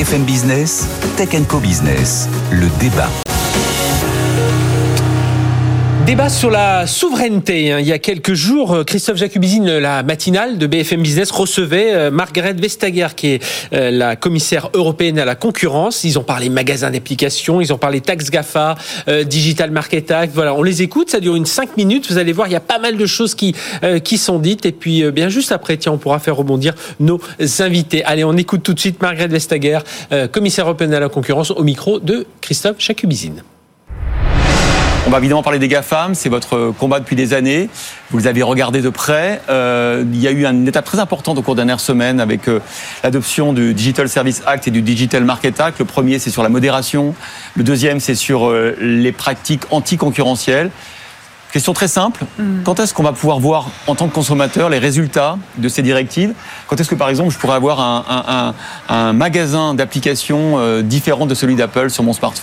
BFM Business, Tech & Co Business, le débat. Débat sur la souveraineté. Il y a quelques jours, Christophe Jacubizine, la matinale de BFM Business, recevait Margrethe Vestager, qui est la commissaire européenne à la concurrence. Ils ont parlé magasins d'applications, ils ont parlé taxes GAFA, Digital Market Act. Voilà, on les écoute, ça dure 5 minutes. Vous allez voir, il y a pas mal de choses qui sont dites. Et puis, bien juste après, on pourra faire rebondir nos invités. Allez, on écoute tout de suite Margrethe Vestager, commissaire européenne à la concurrence, au micro de Christophe Jacubizine. On va évidemment parler des GAFAM, c'est votre combat depuis des années. Vous les avez regardés de près. Il y a eu une étape très importante au cours des dernières semaines avec l'adoption du Digital Service Act et du Digital Market Act. Le premier, c'est sur la modération. Le deuxième, c'est sur les pratiques anticoncurrentielles. Question très simple. Quand est-ce qu'on va pouvoir voir, en tant que consommateur, les résultats de ces directives ? Quand est-ce que, par exemple, je pourrais avoir un magasin d'applications différent de celui d'Apple sur mon smartphone ?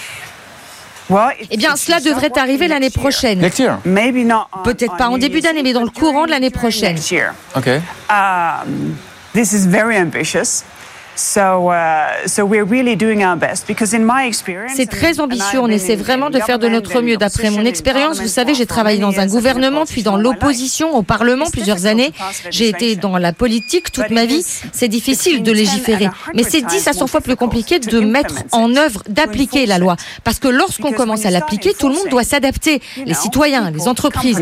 Eh bien, cela devrait arriver l'année prochaine. Peut-être pas en début d'année, mais dans le courant de l'année prochaine. OK. This is very ambitious. So we're really doing our best because in my experience. C'est très ambitieux, on essaie vraiment de faire de notre mieux. D'après mon expérience, vous savez, j'ai travaillé dans un gouvernement, puis dans l'opposition, au Parlement plusieurs années. J'ai été dans la politique toute ma vie. C'est difficile de légiférer, mais c'est 10 à 100 fois plus compliqué de mettre en œuvre, d'appliquer la loi. Parce que lorsqu'on commence à l'appliquer, tout le monde doit s'adapter. Les citoyens, les entreprises.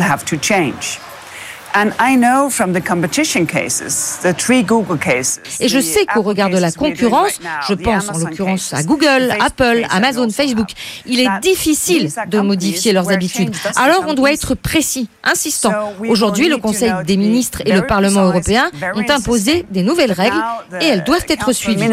Et je sais qu'au regard de la concurrence, je pense en l'occurrence à Google, Apple, Amazon, Facebook, il est difficile de modifier leurs habitudes. Alors on doit être précis, insistant. Aujourd'hui, le Conseil des ministres et le Parlement européen ont imposé des nouvelles règles et elles doivent être suivies.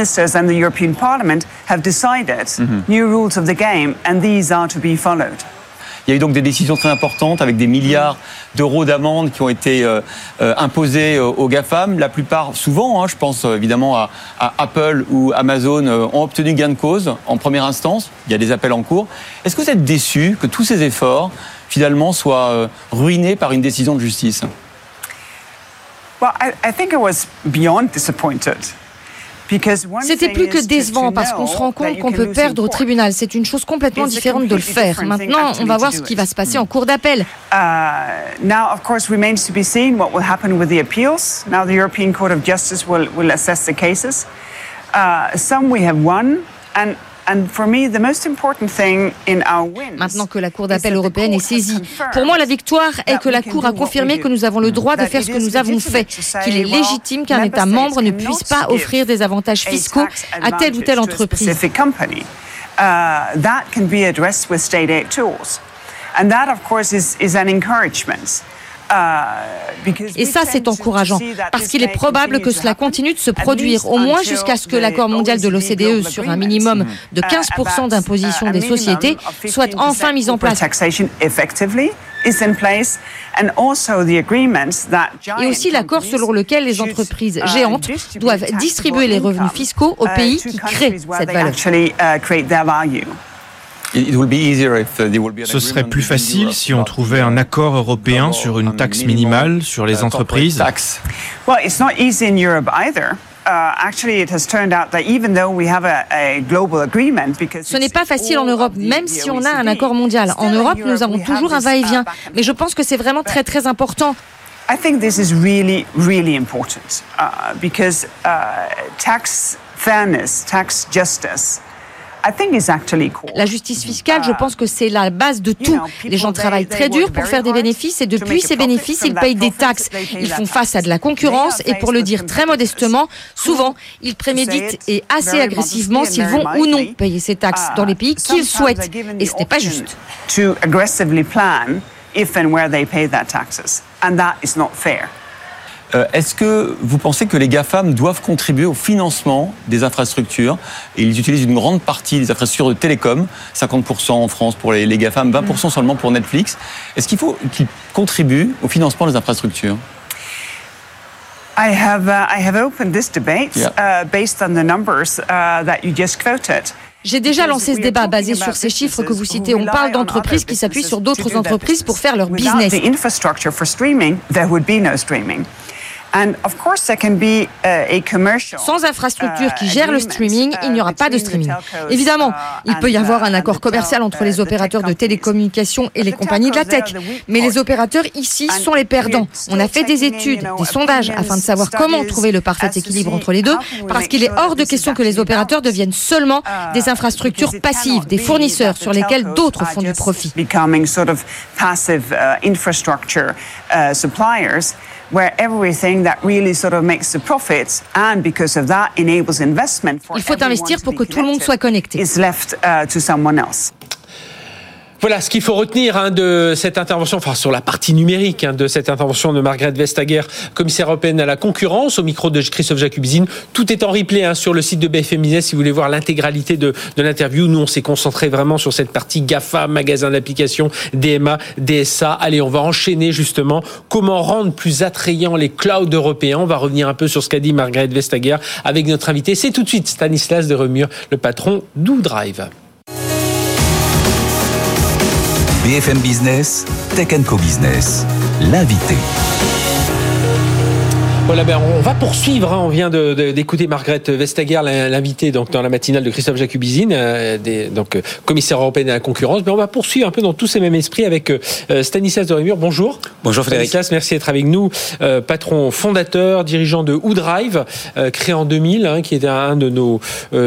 Il y a eu donc des décisions très importantes avec des milliards d'euros d'amendes qui ont été imposées aux GAFAM. La plupart, souvent, je pense évidemment à Apple ou Amazon, ont obtenu gain de cause en première instance. Il y a des appels en cours. Est-ce que vous êtes déçu que tous ces efforts, finalement, soient ruinés par une décision de justice ? Well, I think I was beyond disappointed. C'était plus que décevant parce qu'on se rend compte qu'on peut perdre au tribunal. C'est une chose complètement différente de le faire. Maintenant, on va voir ce qui va se passer en cour d'appel. Now, of course, remains to be seen what will happen with the appeals. Now, the European Court of Justice will assess the cases. Some we have won, and for me, the most important thing in our wins. Maintenant que la Cour d'appel européenne est saisie, pour moi, la victoire est que la Cour a confirmé que nous avons le droit de faire ce que nous avons fait, qu'il est légitime qu'un État membre ne puisse pas offrir des avantages fiscaux à telle ou telle entreprise. That can be addressed with state aid tools, and that, of course, is an encouragement. Et ça, c'est encourageant, parce qu'il est probable que cela continue de se produire, au moins jusqu'à ce que l'accord mondial de l'OCDE sur un minimum de 15% d'imposition des sociétés soit enfin mis en place. Et aussi l'accord selon lequel les entreprises géantes doivent distribuer les revenus fiscaux aux pays qui créent cette valeur. Ce serait plus facile si on trouvait un accord européen sur une taxe minimale sur les entreprises. Ce n'est pas facile en Europe, même si on a un accord mondial. En Europe, nous avons toujours un va-et-vient. Mais je pense que c'est vraiment très, très important. I think this is really, really important because tax fairness, tax justice. La justice fiscale, je pense que c'est la base de tout. Les gens travaillent très dur pour faire des bénéfices et depuis ces bénéfices, ils payent des taxes. Ils font face à de la concurrence et pour le dire très modestement, souvent, ils préméditent et assez agressivement s'ils vont ou non payer ces taxes dans les pays qu'ils souhaitent. Et ce n'est pas juste. Est-ce que vous pensez que les GAFAM doivent contribuer au financement des infrastructures ? Et ils utilisent une grande partie des infrastructures de télécom, 50% en France pour les GAFAM, 20% seulement pour Netflix. Est-ce qu'il faut qu'ils contribuent au financement des infrastructures ? I have opened this debate based on the numbers that you just quoted. J'ai déjà lancé ce débat basé sur ces chiffres que vous citez. On parle d'entreprises qui s'appuient sur d'autres entreprises pour faire leur business. Sans infrastructure qui gère le streaming, il n'y aura pas de streaming. Évidemment, il peut y avoir un accord commercial entre les opérateurs de télécommunications et les compagnies de la tech. Mais les opérateurs ici sont les perdants. On a fait des études, des sondages afin de savoir comment trouver le parfait équilibre entre les deux, parce qu'il est hors de question que les opérateurs deviennent seulement des infrastructures passives, des fournisseurs sur lesquels d'autres font du profit. Where everything that really sort of makes the profits and because of that enables investment for il faut investir pour que tout le monde soit connecté. Is left to someone else. Voilà ce qu'il faut retenir de cette intervention, enfin sur la partie numérique de cette intervention de Margrethe Vestager, commissaire européenne à la concurrence, au micro de Christophe Jacubizine. Tout est en replay sur le site de BFM Business si vous voulez voir l'intégralité de l'interview. Nous, on s'est concentré vraiment sur cette partie GAFA, magasin d'applications, DMA, DSA. Allez, on va enchaîner justement comment rendre plus attrayants les clouds européens. On va revenir un peu sur ce qu'a dit Margrethe Vestager avec notre invité. C'est tout de suite Stanislas de Remur, le patron d'Oudrive. BFM Business, Tech & Co Business, l'invité. Voilà, on va poursuivre. On vient d'écouter Margrethe Vestager, l'invitée donc dans la matinale de Christophe Jacubizine, donc commissaire européenne à la concurrence. Mais on va poursuivre un peu dans tous ces mêmes esprits avec Stanislas de Remur. Bonjour. Bonjour Frédéric. Stanislas, merci d'être avec nous. Patron fondateur, dirigeant de Oudrive, créé en 2000, qui est un de nos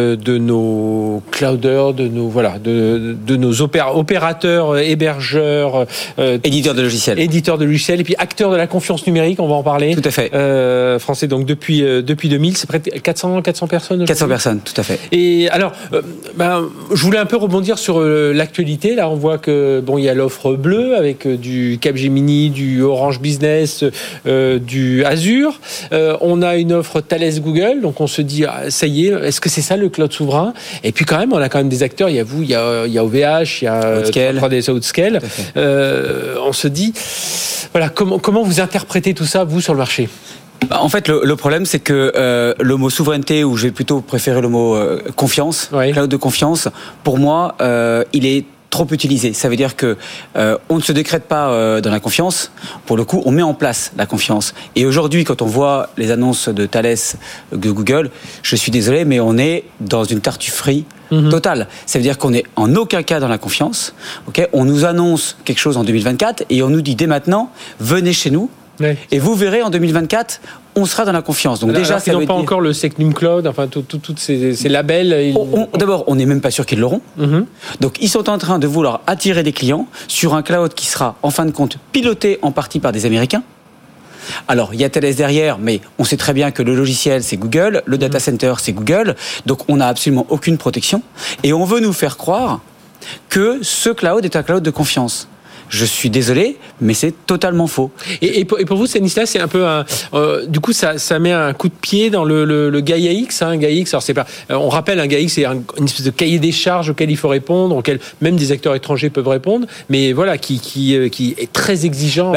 clouders, de nos opérateurs, hébergeurs, éditeurs de logiciels, et puis acteurs de la confiance numérique. On va en parler. Tout à fait. Français donc depuis 2000, c'est près de 400 personnes. 400 personnes, tout à fait. Et alors, je voulais un peu rebondir sur l'actualité. Là, on voit que il y a l'offre bleue avec du Capgemini, du Orange Business, du Azure. On a une offre Thales Google, donc on se dit ça y est, est-ce que c'est ça le cloud souverain? Et puis quand même, on a quand même des acteurs. Il y a vous, il y a OVH, il y a 3DS Outscale. On se dit, voilà, comment vous interprétez tout ça vous sur le marché? En fait, le problème, c'est que le mot souveraineté, ou je vais plutôt préférer le mot confiance, cloud de confiance, pour moi, il est trop utilisé. Ça veut dire que on ne se décrète pas dans la confiance. Pour le coup, on met en place la confiance. Et aujourd'hui, quand on voit les annonces de Thales, de Google, je suis désolé, mais on est dans une tartufferie totale. Ça veut dire qu'on n'est en aucun cas dans la confiance. Okay, on nous annonce quelque chose en 2024 et on nous dit dès maintenant, venez chez nous. Ouais. Et vous verrez en 2024, on sera dans la confiance. Donc déjà, ça veut pas encore le Secnum Cloud, enfin tous ces labels. D'abord, on n'est même pas sûr qu'ils l'auront. Donc ils sont en train de vouloir attirer des clients sur un cloud qui sera en fin de compte piloté en partie par des Américains. Alors, il y a Thales derrière, mais on sait très bien que le logiciel, c'est Google, le data center, c'est Google, donc on n'a absolument aucune protection. Et on veut nous faire croire que ce cloud est un cloud de confiance. Je suis désolé, mais c'est totalement faux. Et pour vous, Stanislas, c'est un peu du coup, ça met un coup de pied dans le Gaia X. Gaia X, alors c'est pas. On rappelle, un Gaia X, c'est une espèce de cahier des charges auquel il faut répondre, auquel même des acteurs étrangers peuvent répondre, mais voilà, qui est très exigeant.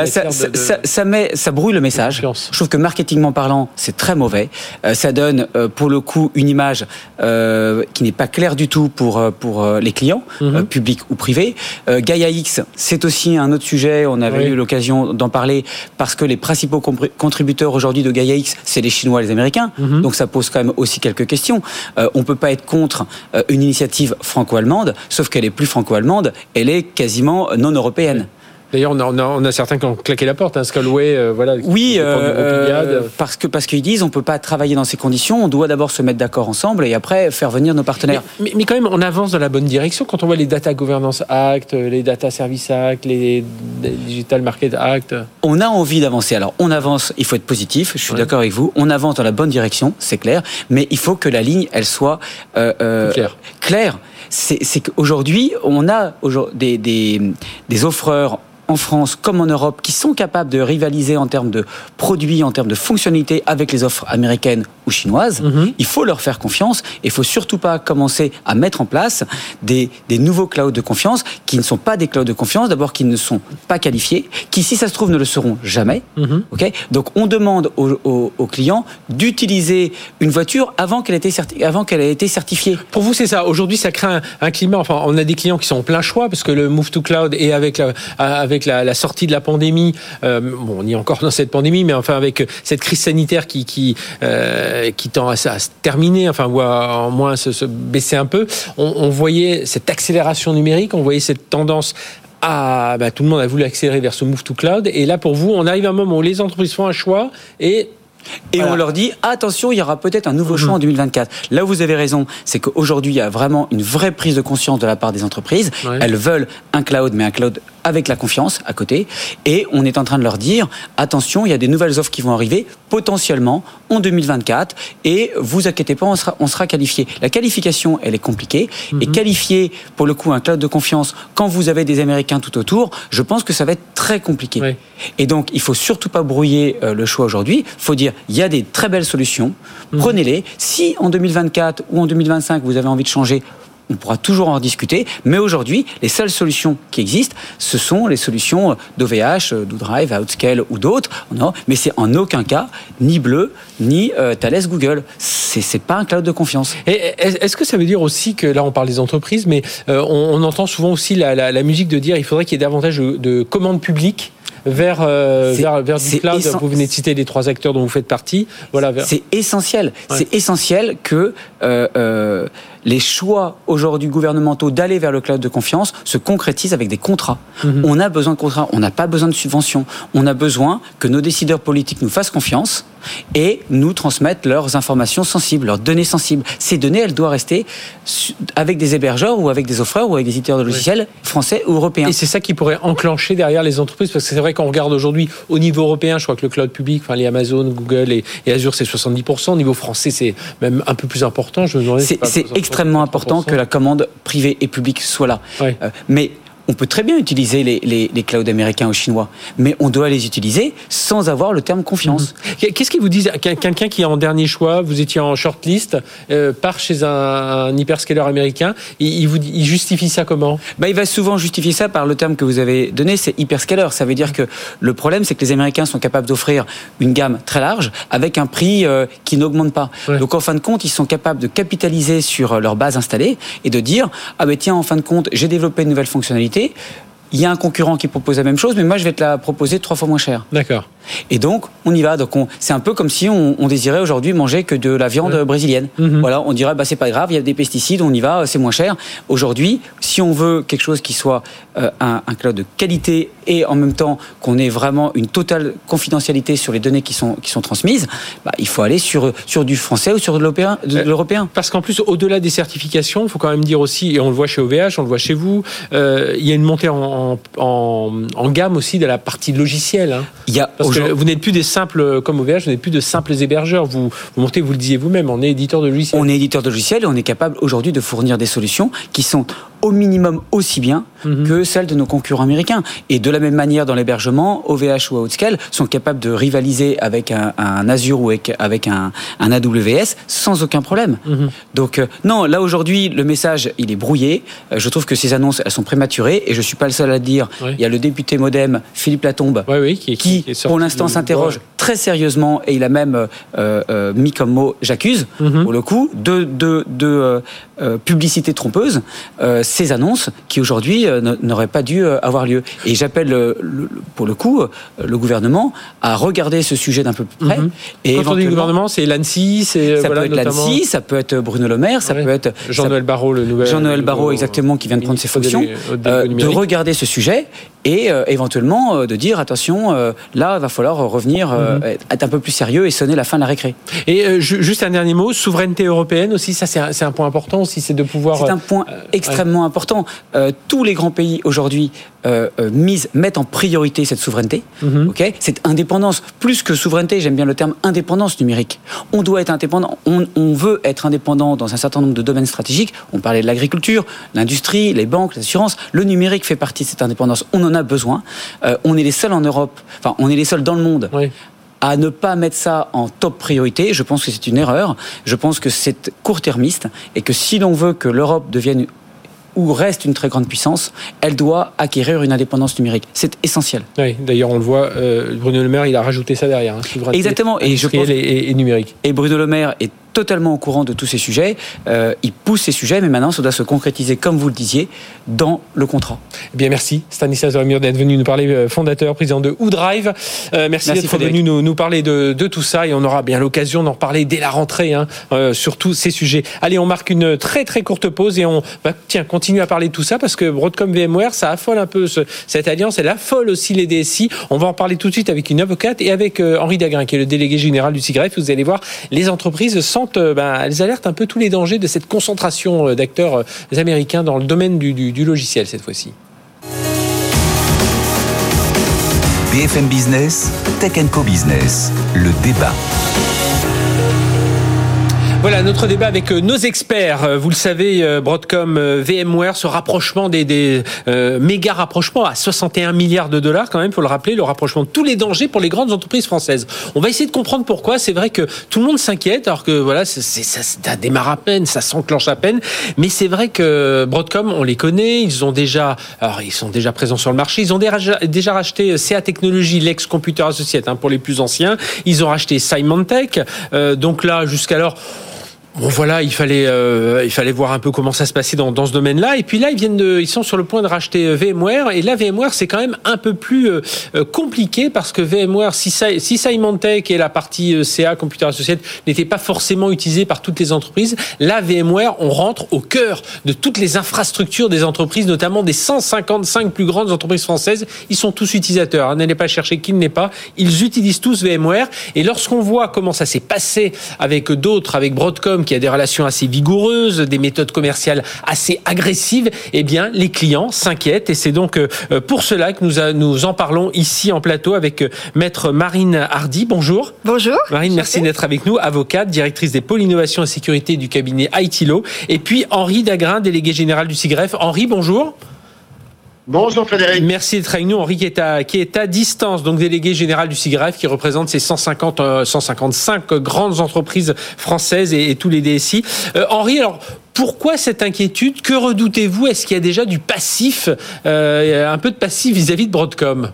Ça brouille le message. Je trouve que marketingment parlant, c'est très mauvais. Ça donne, pour le coup, une image qui n'est pas claire du tout pour les clients, publics ou privés. Gaia X, c'est aussi un autre sujet, on avait eu l'occasion d'en parler, parce que les principaux contributeurs aujourd'hui de Gaia X, c'est les Chinois et les Américains, donc ça pose quand même aussi quelques questions. On peut pas être contre une initiative franco-allemande, sauf qu'elle est plus franco-allemande, elle est quasiment non européenne. D'ailleurs, on a certains qui ont claqué la porte, Scalway, voilà. Oui, parce qu'ils disent on peut pas travailler dans ces conditions, on doit d'abord se mettre d'accord ensemble et après faire venir nos partenaires. Mais quand même, on avance dans la bonne direction quand on voit les Data Governance Act, les Data Service Act, les Digital Market Act. On a envie d'avancer. Alors, on avance, il faut être positif, je suis d'accord avec vous, on avance dans la bonne direction, c'est clair, mais il faut que la ligne, elle soit claire. C'est qu'aujourd'hui, on a des offreurs en France comme en Europe qui sont capables de rivaliser en termes de produits, en termes de fonctionnalités avec les offres américaines ou chinoises. Il faut leur faire confiance et il faut surtout pas commencer à mettre en place des nouveaux clouds de confiance qui ne sont pas des clouds de confiance, d'abord qui ne sont pas qualifiés, qui si ça se trouve ne le seront jamais. Okay, donc on demande aux clients d'utiliser une voiture avant qu'elle ait été certifiée. Pour vous, c'est ça. Aujourd'hui, ça crée un climat. Enfin, on a des clients qui sont en plein choix parce que le move to cloud et avec la sortie de la pandémie, bon, on y est encore dans cette pandémie, mais enfin avec cette crise sanitaire qui tend à se terminer, enfin ou à au moins se baisser un peu, on voyait cette accélération numérique, on voyait cette tendance tout le monde a voulu accélérer vers ce move to cloud. Et là, pour vous, on arrive à un moment où les entreprises font un choix et voilà. On leur dit, attention, il y aura peut-être un nouveau choix en 2024. Là où vous avez raison, c'est qu'aujourd'hui, il y a vraiment une vraie prise de conscience de la part des entreprises. Ouais. Elles veulent un cloud, mais un cloud avec la confiance à côté. Et on est en train de leur dire, attention, il y a des nouvelles offres qui vont arriver, potentiellement, en 2024. Et vous inquiétez pas, on sera qualifié. La qualification, elle est compliquée. Et qualifier, pour le coup, un cloud de confiance, quand vous avez des Américains tout autour, je pense que ça va être très compliqué. Ouais. Et donc, il faut surtout pas brouiller le choix aujourd'hui. Il faut dire, il y a des très belles solutions, prenez-les. Si en 2024 ou en 2025 vous avez envie de changer, on pourra toujours en discuter, mais aujourd'hui, les seules solutions qui existent, ce sont les solutions d'OVH, d'Oudrive, Outscale ou d'autres, non, mais c'est en aucun cas ni Bleu, ni Thales Google. C'est pas un cloud de confiance. Et est-ce que ça veut dire aussi que, là on parle des entreprises, mais on entend souvent aussi la musique de dire il faudrait qu'il y ait davantage de commandes publiques vers du cloud. Vous venez de citer les 3 acteurs dont vous faites partie. Voilà, c'est essentiel. Ouais. C'est essentiel que les choix aujourd'hui gouvernementaux d'aller vers le cloud de confiance se concrétisent avec des contrats. On a besoin de contrats, on n'a pas besoin de subventions. On a besoin que nos décideurs politiques nous fassent confiance et nous transmettent leurs informations sensibles, leurs données sensibles. Ces données, elles doivent rester avec des hébergeurs ou avec des offreurs ou avec des éditeurs de logiciels français ou européens. Et c'est ça qui pourrait enclencher derrière les entreprises, parce que c'est vrai qu'on regarde aujourd'hui au niveau européen, je crois que le cloud public, enfin les Amazon, Google et Azure, c'est 70%. Au niveau français, c'est même un peu plus important. Je me demandais, c'est extrêmement important que la commande privée et publique soit là. Ouais. Mais on peut très bien utiliser les clouds américains ou chinois, mais on doit les utiliser sans avoir le terme confiance. Qu'est-ce qu'ils vous disent? Quelqu'un qui est en dernier choix, vous étiez en shortlist, part chez un hyperscaler américain, il justifie ça comment? Il va souvent justifier ça par le terme que vous avez donné, c'est hyperscaler. Ça veut dire que le problème, c'est que les Américains sont capables d'offrir une gamme très large avec un prix qui n'augmente pas. Ouais. Donc en fin de compte, ils sont capables de capitaliser sur leur base installée et de dire tiens, en fin de compte, j'ai développé une nouvelle fonctionnalité. Il y a un concurrent qui propose la même chose, mais moi je vais te la proposer 3 fois moins cher. D'accord. Et donc on y va. Donc c'est un peu comme si on désirait aujourd'hui manger que de la viande brésilienne. Voilà, on dirait c'est pas grave, il y a des pesticides, on y va, c'est moins cher. Aujourd'hui, si on veut quelque chose qui soit un cloud de qualité et en même temps qu'on ait vraiment une totale confidentialité sur les données qui sont transmises, il faut aller sur du français ou sur de l'européen. Parce qu'en plus, au-delà des certifications, il faut quand même dire aussi, et on le voit chez OVH, on le voit chez vous, il y a une montée en gamme aussi de la partie logicielle. Hein. Parce que vous n'êtes plus des simples, comme OVH, vous n'êtes plus de simples hébergeurs. Vous montez, vous le disiez vous-même, on est éditeur de logiciels. On est éditeur de logiciels et on est capable aujourd'hui de fournir des solutions qui sont au minimum aussi bien que celles de nos concurrents américains. Et de la même manière, dans l'hébergement, OVH ou Outscale sont capables de rivaliser avec un Azure ou avec un AWS sans aucun problème. Donc non, là aujourd'hui, le message, il est brouillé. Je trouve que ces annonces, elles sont prématurées et je suis pas le seul à le dire. Oui. Il y a le député Modem, Philippe Latombe, qui pour l'instant s'interroge très sérieusement et il a même mis comme mot « j'accuse » pour le coup de publicité trompeuse. Ces annonces qui aujourd'hui n'auraient pas dû avoir lieu. Et j'appelle pour le coup le gouvernement à regarder ce sujet d'un peu plus près. Et quand on dit le gouvernement, c'est l'ANSSI, ça peut être l'ANSSI, ça peut être Bruno Le Maire, ça peut être Jean-Noël Barrot, Jean-Noël Barrot exactement qui vient de prendre ses fonctions, de regarder ce sujet et éventuellement de dire attention, là il va falloir revenir être un peu plus sérieux et sonner la fin de la récré. Et juste un dernier mot, souveraineté européenne aussi, ça c'est un point important aussi, c'est de pouvoir. C'est un point extrêmement important. Tous les grands pays aujourd'hui mettent en priorité cette souveraineté. Cette indépendance, plus que souveraineté, j'aime bien le terme indépendance numérique. On doit être indépendant, on veut être indépendant dans un certain nombre de domaines stratégiques. On parlait de l'agriculture, l'industrie, les banques, les assurances. Le numérique fait partie de cette indépendance. On en a besoin. On est les seuls en Europe, on est les seuls dans le monde à ne pas mettre ça en top priorité. Je pense que c'est une erreur. Je pense que c'est court-termiste et que si l'on veut que l'Europe devienne ou reste une très grande puissance, elle doit acquérir une indépendance numérique. C'est essentiel. Oui, d'ailleurs, on le voit, Bruno Le Maire, il a rajouté ça derrière. Souveraineté. Exactement. Et je pense et numérique. Et Bruno Le Maire est totalement au courant de tous ces sujets. Il pousse ces sujets, mais maintenant, ça doit se concrétiser, comme vous le disiez, dans le contrat. Eh bien, merci Stanislas Derémur d'être venu nous parler, fondateur, président de WhoDrive. Merci d'être Frédéric. venu nous parler de tout ça et on aura bien l'occasion d'en parler dès la rentrée sur tous ces sujets. Allez, on marque une très très courte pause et on va continuer à parler de tout ça parce que Broadcom VMware, ça affole un peu cette alliance, elle affole aussi les DSI. On va en parler tout de suite avec une avocate et avec Henri Dagrin, qui est le délégué général du SIGREF. Vous allez voir, les entreprises elles alertent un peu tous les dangers de cette concentration d'acteurs américains dans le domaine du logiciel cette fois-ci. BFM Business, Tech & Co Business, le débat. Voilà notre débat avec nos experts. Vous le savez, Broadcom, VMware, ce rapprochement des méga rapprochements à 61 milliards de dollars quand même, faut le rappeler, le rapprochement de tous les dangers pour les grandes entreprises françaises. On va essayer de comprendre pourquoi. C'est vrai que tout le monde s'inquiète, alors que voilà, ça démarre à peine, ça s'enclenche à peine. Mais c'est vrai que Broadcom, on les connaît, ils sont déjà présents sur le marché. Ils ont déjà racheté CA Technologies, l'ex Computer Associates, pour les plus anciens. Ils ont racheté Symantec. Donc là, jusqu'alors. Bon voilà, il fallait voir un peu comment ça se passait dans ce domaine-là. Et puis là, ils sont sur le point de racheter VMware. Et là, VMware, c'est quand même un peu plus compliqué parce que VMware, si Symantec et la partie CA Computer Associates n'étaient pas forcément utilisés par toutes les entreprises, là, VMware, on rentre au cœur de toutes les infrastructures des entreprises, notamment des 155 plus grandes entreprises françaises. Ils sont tous utilisateurs. N'allez pas chercher qui ne l'est pas. Ils utilisent tous VMware. Et lorsqu'on voit comment ça s'est passé avec d'autres, avec Broadcom, qui a des relations assez vigoureuses, des méthodes commerciales assez agressives, eh bien, les clients s'inquiètent et c'est donc pour cela que nous en parlons ici en plateau avec Maître Marine Hardy. Bonjour. Bonjour. Marine, merci d'être avec nous, avocate, directrice des pôles innovation et sécurité du cabinet ITLO. Et puis Henri Dagrin, délégué général du SIGREF. Henri, bonjour. Bonjour Frédéric. Merci d'être avec nous. Henri qui est à distance, donc délégué général du SIGREF, qui représente ces 155 grandes entreprises françaises et tous les DSI. Henri, alors pourquoi cette inquiétude? Que redoutez-vous? Est-ce qu'il y a déjà du passif, un peu de passif vis-à-vis de Broadcom?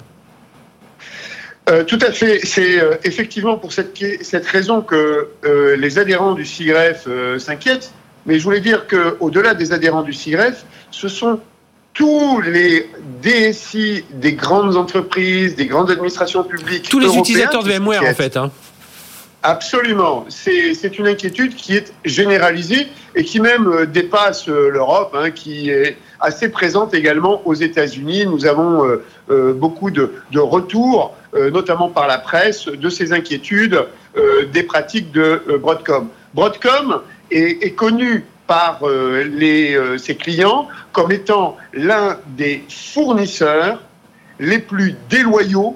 Tout à fait. C'est effectivement pour cette raison que les adhérents du SIGREF s'inquiètent. Mais je voulais dire qu'au-delà des adhérents du SIGREF, ce sont tous les DSI des grandes entreprises, des grandes administrations publiques, tous les utilisateurs de VMware en fait. Absolument. C'est une inquiétude qui est généralisée et qui même dépasse l'Europe, qui est assez présente également aux États-Unis. Nous avons beaucoup de retours, notamment par la presse, de ces inquiétudes des pratiques de Broadcom. Broadcom est connu par ses clients comme étant l'un des fournisseurs les plus déloyaux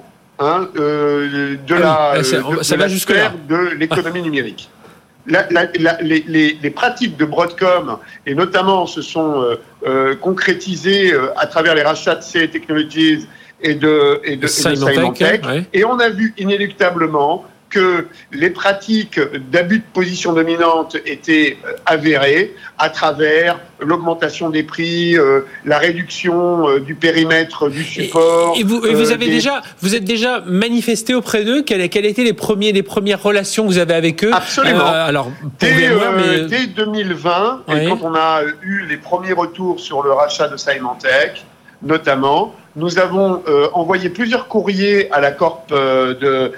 de la sphère de l'économie numérique. Les pratiques de Broadcom, et notamment se sont concrétisées à travers les rachats de CA Technologies et de Symantec, et on a vu inéluctablement que les pratiques d'abus de position dominante étaient avérées à travers l'augmentation des prix, la réduction du périmètre du support. Et vous êtes déjà manifesté auprès d'eux. Quelles étaient les premières relations que vous avez avec eux? Absolument. Dès 2020, oui. Et quand on a eu les premiers retours sur le rachat de Symantec, notamment, nous avons envoyé plusieurs courriers à la corp de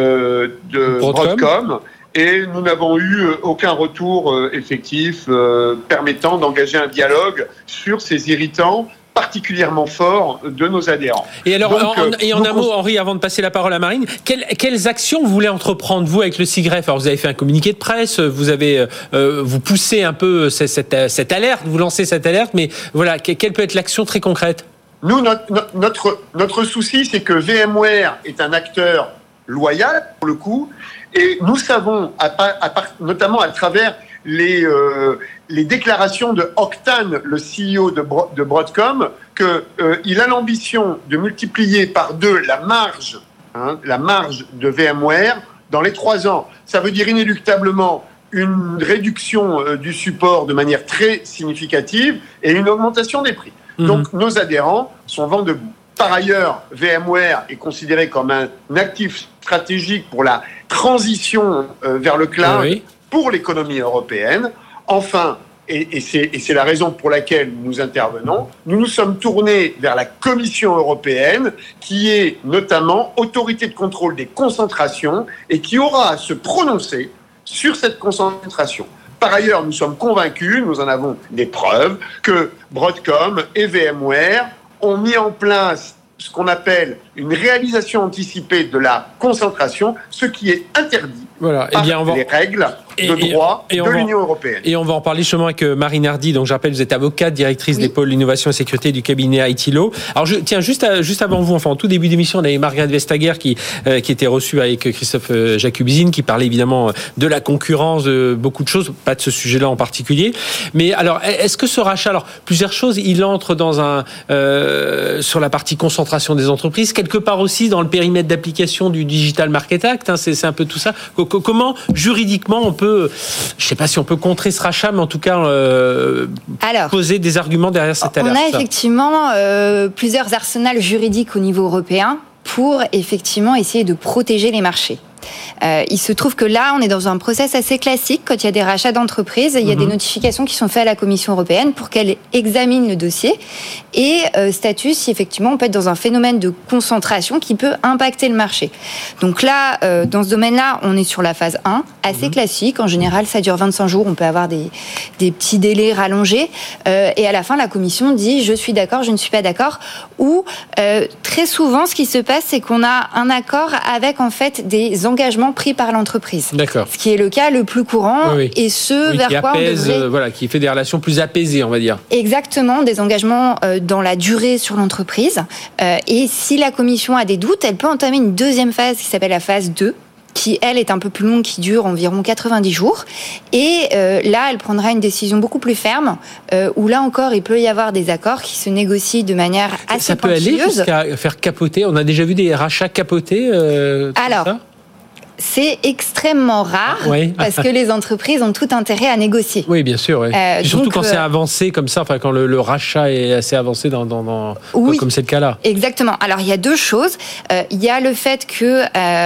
Broadcom et nous n'avons eu aucun retour effectif permettant d'engager un dialogue sur ces irritants particulièrement forts de nos adhérents. Et alors, en un mot, Henri, avant de passer la parole à Marine, quelles actions vous voulez entreprendre, vous, avec le SIGREF? Alors, vous avez fait un communiqué de presse, vous poussez un peu cette alerte, vous lancez cette alerte, mais voilà, quelle peut être l'action très concrète? Nous, notre souci, c'est que VMware est un acteur loyal, pour le coup, et nous savons, notamment à travers les déclarations de Octane, le CEO de Broadcom, qu'il a l'ambition de multiplier par 2 la marge la marge de VMware dans les 3 ans. Ça veut dire inéluctablement une réduction du support de manière très significative et une augmentation des prix. Donc nos adhérents sont vent debout. Par ailleurs, VMware est considéré comme un actif stratégique pour la transition vers le cloud pour l'économie européenne. Enfin, et c'est la raison pour laquelle nous intervenons, nous nous sommes tournés vers la Commission européenne, qui est notamment autorité de contrôle des concentrations et qui aura à se prononcer sur cette concentration. Par ailleurs, nous sommes convaincus, nous en avons des preuves, que Broadcom et VMware ont mis en place ce qu'on appelle une réalisation anticipée de la concentration, ce qui est interdit par les règles de droit de l'Union européenne. Et on va en parler justement avec Marine Hardy. Donc, je rappelle, vous êtes avocate, directrice des pôles innovation et sécurité du cabinet IT Law. Alors, juste avant vous, en tout début d'émission, on avait Margrethe Vestager qui était reçue avec Christophe Jacubizine, qui parlait évidemment de la concurrence, de beaucoup de choses, pas de ce sujet-là en particulier. Mais alors, est-ce que ce rachat, alors, plusieurs choses, il entre dans sur la partie concentration des entreprises, quelque part aussi dans le périmètre d'application du Digital Market Act, c'est un peu tout ça. Comment, juridiquement, on peut, je ne sais pas si on peut contrer ce rachat, mais en tout cas, poser des arguments derrière cette alerte. On a effectivement plusieurs arsenals juridiques au niveau européen pour effectivement essayer de protéger les marchés. Il se trouve que là, on est dans un process assez classique. Quand il y a des rachats d'entreprises, il y a des notifications qui sont faites à la Commission européenne pour qu'elle examine le dossier et statue si effectivement on peut être dans un phénomène de concentration qui peut impacter le marché. Donc là, dans ce domaine-là, on est sur la phase 1, assez classique. En général, ça dure 25 jours. On peut avoir des petits délais rallongés. Et à la fin, la Commission dit « je suis d'accord, je ne suis pas d'accord ». Ou très souvent, ce qui se passe, c'est qu'on a un accord avec en fait des engagements pris par l'entreprise. D'accord. Ce qui est le cas le plus courant et vers quoi on devrait... qui fait des relations plus apaisées, on va dire. Exactement, des engagements dans la durée sur l'entreprise. Et si la Commission a des doutes, elle peut entamer une deuxième phase qui s'appelle la phase 2, qui, elle, est un peu plus longue, qui dure environ 90 jours. Et là, elle prendra une décision beaucoup plus ferme, où là encore, il peut y avoir des accords qui se négocient de manière assez pointilleuse. Ça peut aller jusqu'à faire capoter. On a déjà vu des rachats capoter Alors, ça c'est extrêmement rare parce que les entreprises ont tout intérêt à négocier. Oui, bien sûr. Surtout quand c'est avancé comme ça, quand le rachat est assez avancé comme c'est le cas là. Exactement. Alors, il y a deux choses. Il y a le fait que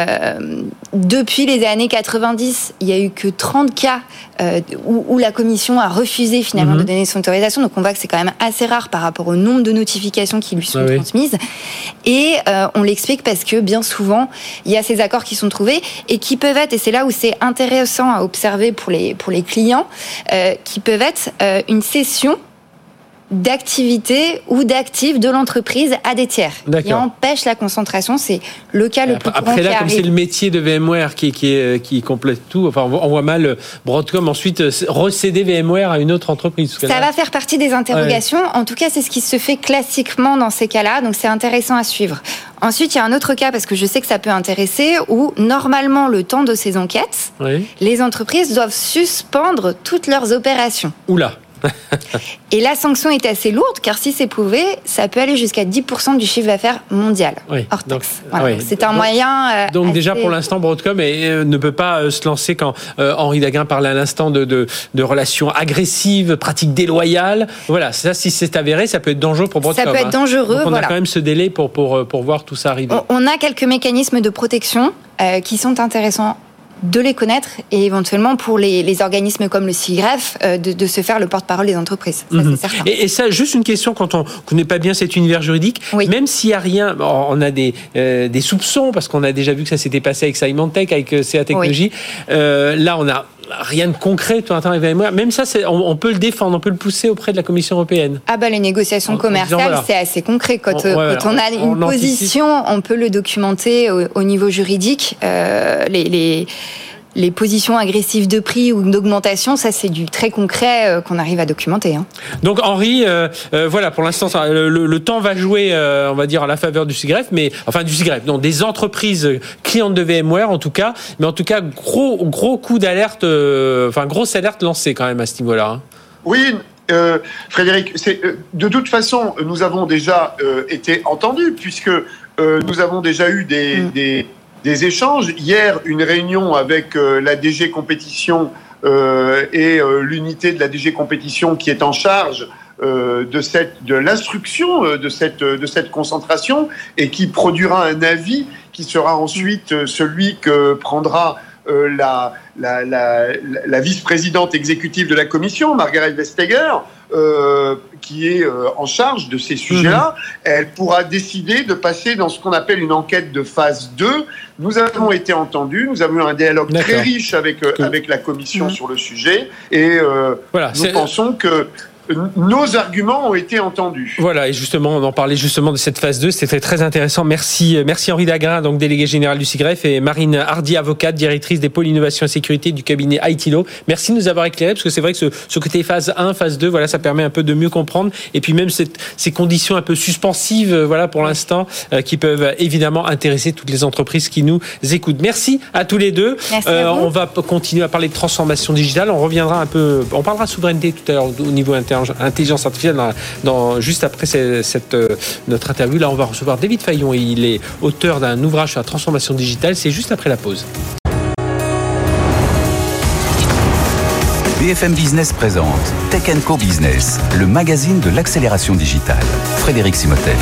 depuis les années 90, il n'y a eu que 30 cas où la Commission a refusé finalement de donner son autorisation. Donc, on voit que c'est quand même assez rare par rapport au nombre de notifications qui lui sont transmises. Et on l'explique parce que bien souvent, il y a ces accords qui sont trouvés et qui peuvent être, et c'est là où c'est intéressant à observer pour les clients, qui peuvent être une cession d'activité ou d'actifs de l'entreprise à des tiers. Qui empêche la concentration. C'est le cas le plus courant. Après là, comme c'est le métier de VMware qui complète tout, on voit mal Broadcom ensuite recéder VMware à une autre entreprise. Ça va faire partie des interrogations. En tout cas, c'est ce qui se fait classiquement dans ces cas-là. Donc c'est intéressant à suivre. Ensuite, il y a un autre cas, parce que je sais que ça peut intéresser, où normalement, le temps de ces enquêtes, les entreprises doivent suspendre toutes leurs opérations. Oula. Et la sanction est assez lourde, car si c'est prouvé, ça peut aller jusqu'à 10% du chiffre d'affaires mondial, hors taxe. C'est un moyen... donc déjà, pour l'instant, Broadcom ne peut pas se lancer quand Henri Daguin parlait à l'instant de relations agressives, pratiques déloyales. Voilà, ça, si c'est avéré, ça peut être dangereux pour Broadcom. Ça peut être dangereux, donc on a quand même ce délai pour voir tout ça arriver. On a quelques mécanismes de protection qui sont intéressants de les connaître et éventuellement pour les organismes comme le CIGREF de se faire le porte-parole des entreprises. Ça, c'est certain. Et ça, juste une question, quand on connaît pas bien cet univers juridique, même s'il n'y a rien, on a des soupçons, parce qu'on a déjà vu que ça s'était passé avec Symantec, avec CA Technologies, là on a rien de concret, même ça, on peut le défendre, on peut le pousser auprès de la Commission européenne. Les négociations commerciales, c'est assez concret. Quand on a une position, on peut le documenter au niveau juridique. Les positions agressives de prix ou d'augmentation, ça c'est du très concret qu'on arrive à documenter. Donc Henri, pour l'instant le temps va jouer, on va dire, à la faveur du CIGREF, des entreprises clientes de VMware en tout cas, mais en tout cas gros coup d'alerte, grosse alerte lancée quand même à ce niveau-là. Oui. Frédéric, de toute façon, nous avons déjà été entendus, puisque nous avons déjà eu des échanges. Hier, une réunion avec la DG Compétition et l'unité de la DG Compétition qui est en charge de l'instruction de cette concentration et qui produira un avis qui sera ensuite celui que prendra la vice-présidente exécutive de la Commission, Margrethe Vestager, qui est en charge de ces sujets-là. Elle pourra décider de passer dans ce qu'on appelle une enquête de phase 2. Nous avons été entendus, nous avons eu un dialogue très riche avec la Commission sur le sujet, et nous pensons que nos arguments ont été entendus. Voilà, et justement, on en parlait justement de cette phase 2, c'était très intéressant. Merci Henri Dagrin, donc délégué général du SIGREF, et Marine Hardy, avocate, directrice des pôles innovation et sécurité du cabinet ITILO. Merci de nous avoir éclairé, parce que c'est vrai que ce côté phase 1, phase 2, voilà, ça permet un peu de mieux comprendre, et puis même ces conditions un peu suspensives, voilà, pour l'instant, qui peuvent évidemment intéresser toutes les entreprises qui nous écoutent. Merci à tous les deux. On va continuer à parler de transformation digitale, on reviendra un peu, on parlera de souveraineté tout à l'heure au niveau intelligence artificielle juste après notre interview. Là, on va recevoir David Fayon, et il est auteur d'un ouvrage sur la transformation digitale. C'est juste après la pause. BFM Business présente Tech & Co Business, le magazine de l'accélération digitale. Frédéric Simotel.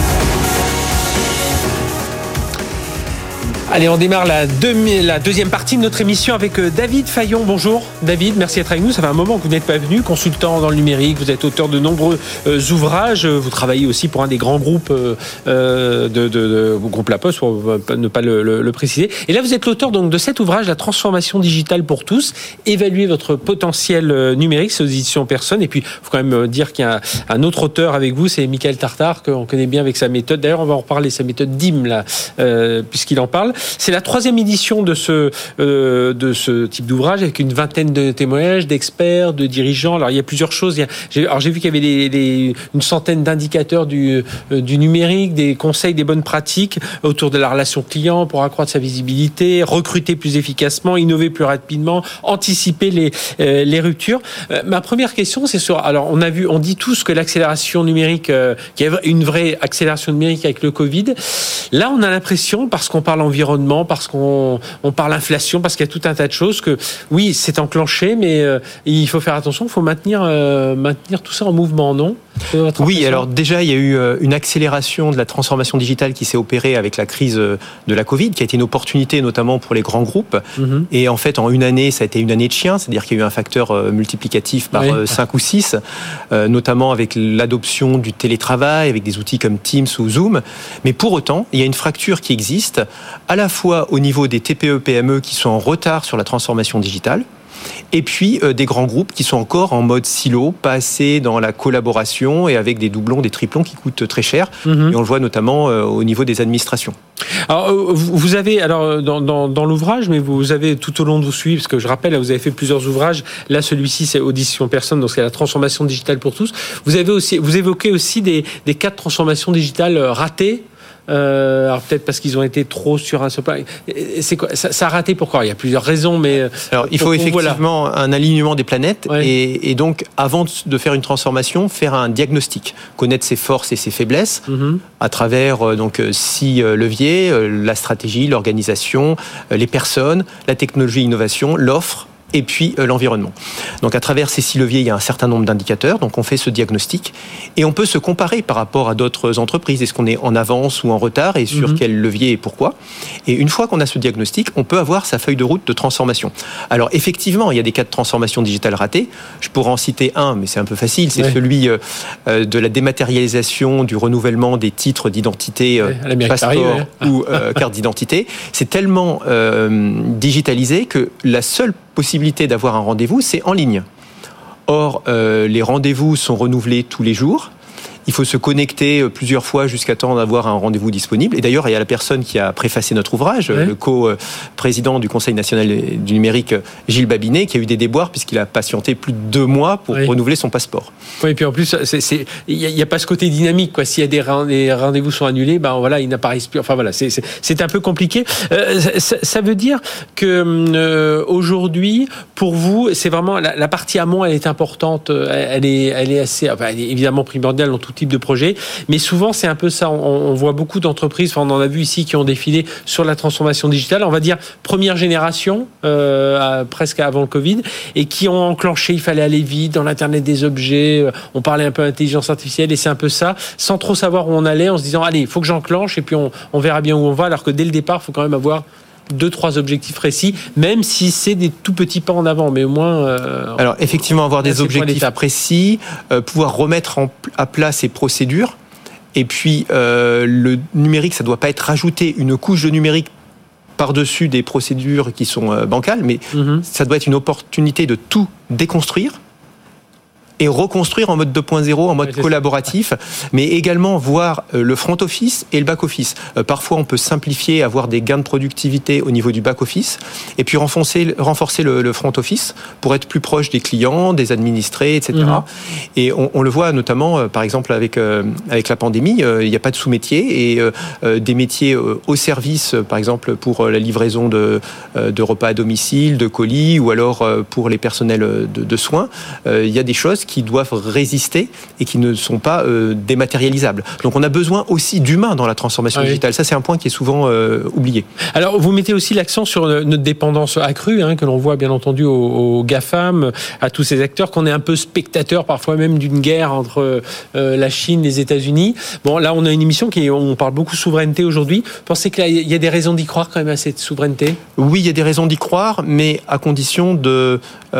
Allez, on démarre la deuxième partie de notre émission avec David Fayon. Bonjour David, merci d'être avec nous. Ça fait un moment que vous n'êtes pas venu, consultant dans le numérique, vous êtes auteur de nombreux ouvrages, vous travaillez aussi pour un des grands groupes de groupe La Poste, pour ne pas le préciser. Et là, vous êtes l'auteur donc de cet ouvrage, La transformation digitale pour tous, évaluer votre potentiel numérique, c'est aux éditions Personne. Et puis, il faut quand même dire qu'il y a un autre auteur avec vous, c'est Michael Tartare, qu'on connaît bien avec sa méthode. D'ailleurs, on va en reparler, sa méthode DIM, là, puisqu'il en parle. C'est la 3e édition de ce type d'ouvrage, avec une vingtaine de témoignages d'experts, de dirigeants. Alors il y a plusieurs choses. J'ai vu qu'il y avait une centaine d'indicateurs du numérique, des conseils, des bonnes pratiques autour de la relation client pour accroître sa visibilité, recruter plus efficacement, innover plus rapidement, anticiper les ruptures. Ma première question, c'est sur. Alors on dit tous que l'accélération numérique, qu'il y a une vraie accélération numérique avec le Covid. Là, on a l'impression, parce qu'on parle environnement, parce qu'on parle inflation, parce qu'il y a tout un tas de choses, que oui, c'est enclenché, mais il faut faire attention, il faut maintenir tout ça en mouvement, non ? Oui, alors déjà, il y a eu une accélération de la transformation digitale qui s'est opérée avec la crise de la Covid, qui a été une opportunité notamment pour les grands groupes. Et en fait, en une année, ça a été une année de chien, c'est-à-dire qu'il y a eu un facteur multiplicatif par 5 ou 6, notamment avec l'adoption du télétravail, avec des outils comme Teams ou Zoom. Mais pour autant, il y a une fracture qui existe, à la fois au niveau des TPE-PME qui sont en retard sur la transformation digitale, et puis des grands groupes qui sont encore en mode silo, pas assez dans la collaboration et avec des doublons, des triplons qui coûtent très cher. Et on le voit notamment au niveau des administrations. Alors, vous avez, dans l'ouvrage, mais vous avez tout au long de vos suivis, parce que je rappelle, vous avez fait plusieurs ouvrages. Là, celui-ci, c'est Audition Personne, donc c'est la transformation digitale pour tous. Vous évoquez aussi des cas de transformation digitale ratés. Alors peut-être parce qu'ils ont été trop sur un supply. C'est quoi ça a raté? Pourquoi? Il y a plusieurs raisons, mais alors il faut effectivement un alignement des planètes, et donc avant de faire une transformation, faire un diagnostic, connaître ses forces et ses faiblesses à travers donc 6 leviers: la stratégie, l'organisation, les personnes, la technologie, l'innovation, l'offre, et puis l'environnement. Donc à travers ces 6 leviers, il y a un certain nombre d'indicateurs, donc on fait ce diagnostic, et on peut se comparer par rapport à d'autres entreprises. Est-ce qu'on est en avance ou en retard, et sur quel levier et pourquoi? Et une fois qu'on a ce diagnostic, on peut avoir sa feuille de route de transformation. Alors effectivement, il y a des cas de transformation digitale ratés. Je pourrais en citer un, mais c'est un peu facile, c'est celui de la dématérialisation, du renouvellement des titres d'identité, passeport ou carte d'identité. C'est tellement digitalisé que la seule possibilité d'avoir un rendez-vous, c'est en ligne. Or, les rendez-vous sont renouvelés tous les jours. Il faut se connecter plusieurs fois jusqu'à temps d'avoir un rendez-vous disponible. Et d'ailleurs, il y a la personne qui a préfacé notre ouvrage, le co-président du Conseil national du numérique, Gilles Babinet, qui a eu des déboires puisqu'il a patienté plus de 2 mois pour renouveler son passeport. Oui, et puis en plus, il n'y a pas ce côté dynamique, quoi. S'il y a des rendez-vous sont annulés, ben voilà, ils n'apparaissent plus. Enfin voilà, c'est un peu compliqué. Ça veut dire que aujourd'hui, pour vous, c'est vraiment la partie amont, elle est importante. Elle est assez, enfin, elle est évidemment primordiale dans toute beaucoup de types de projets. Mais souvent, c'est un peu ça. On voit beaucoup d'entreprises, on en a vu ici, qui ont défilé sur la transformation digitale, on va dire première génération, presque avant le Covid, et qui ont enclenché, il fallait aller vite dans l'Internet des objets, on parlait un peu d'intelligence artificielle, et c'est un peu ça, sans trop savoir où on allait, en se disant, allez, il faut que j'enclenche, et puis on verra bien où on va, alors que dès le départ, il faut quand même avoir 2-3 objectifs précis, même si c'est des tout petits pas en avant, mais au moins... Alors, effectivement, avoir des objectifs précis, pouvoir remettre à plat ces procédures, et puis le numérique, ça ne doit pas être rajouté une couche de numérique par-dessus des procédures qui sont bancales, mais ça doit être une opportunité de tout déconstruire et reconstruire en mode 2.0, en mode collaboratif, mais également voir le front office et le back office. Parfois, on peut simplifier, avoir des gains de productivité au niveau du back office, et puis renforcer le front office pour être plus proche des clients, des administrés, etc. Et on le voit notamment, par exemple, avec la pandémie, il n'y a pas de sous-métiers, et des métiers au service, par exemple, pour la livraison de repas à domicile, de colis, ou alors pour les personnels de soins, il y a des choses qui doivent résister et qui ne sont pas dématérialisables. Donc on a besoin aussi d'humains dans la transformation digitale. Ça, c'est un point qui est souvent oublié. Alors, vous mettez aussi l'accent sur notre dépendance accrue, que l'on voit bien entendu aux GAFAM, à tous ces acteurs, qu'on est un peu spectateurs parfois même d'une guerre entre la Chine et les États-Unis. Bon, là, on a une émission on parle beaucoup souveraineté aujourd'hui. Vous pensez qu'il y a des raisons d'y croire quand même à cette souveraineté ? Oui, il y a des raisons d'y croire, mais à condition de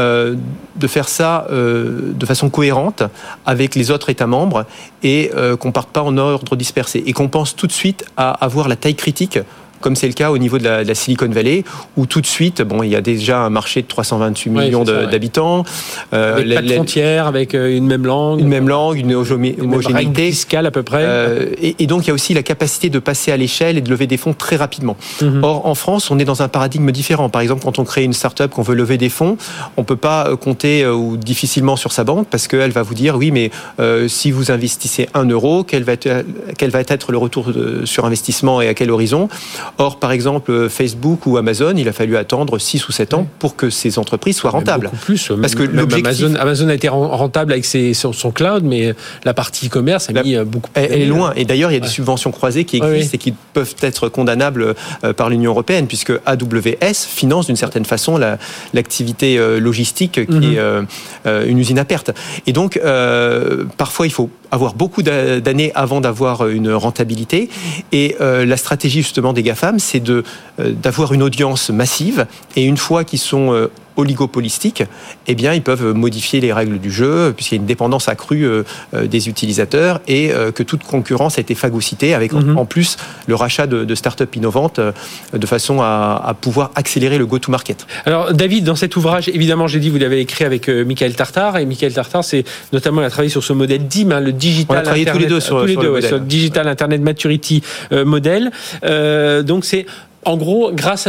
faire ça de façon cohérente avec les autres États membres, et qu'on ne parte pas en ordre dispersé, et qu'on pense tout de suite à avoir la taille critique, comme c'est le cas au niveau de la Silicon Valley, où tout de suite, il y a déjà un marché de 328 millions d'habitants. Avec pas de frontières, avec une même langue. Une homogénéité. Fiscale à peu près. Et donc, il y a aussi la capacité de passer à l'échelle et de lever des fonds très rapidement. Or, en France, on est dans un paradigme différent. Par exemple, quand on crée une start-up, qu'on veut lever des fonds, on ne peut pas compter ou difficilement sur sa banque, parce qu'elle va vous dire, oui, mais si vous investissez 1 euro, quel va être le retour sur investissement et à quel horizon ? Or, par exemple, Facebook ou Amazon, il a fallu attendre 6 ou 7 ans pour que ces entreprises soient rentables. Beaucoup plus. Parce que Amazon a été rentable avec son cloud, mais la partie e-commerce a mis beaucoup plus. Elle est loin. Et d'ailleurs, il y a des subventions croisées qui existent et qui peuvent être condamnables par l'Union européenne, puisque AWS finance d'une certaine façon l'activité logistique qui est une usine à perte. Et donc, parfois, il faut avoir beaucoup d'années avant d'avoir une rentabilité. Et la stratégie justement des GAFAM, c'est d'avoir une audience massive, et une fois qu'ils sont oligopolistiques, eh bien, ils peuvent modifier les règles du jeu, puisqu'il y a une dépendance accrue des utilisateurs, et que toute concurrence a été phagocytée, avec en plus le rachat de start-up innovantes, de façon à pouvoir accélérer le go-to-market. Alors, David, dans cet ouvrage, évidemment, j'ai dit, vous l'avez écrit avec Michael Tartare, et Michael Tartare, c'est notamment, il a travaillé sur ce modèle DIM, le Digital On a travaillé Internet, tous les deux sur le Digital Internet Maturity Model. Donc, c'est... En gros, grâce à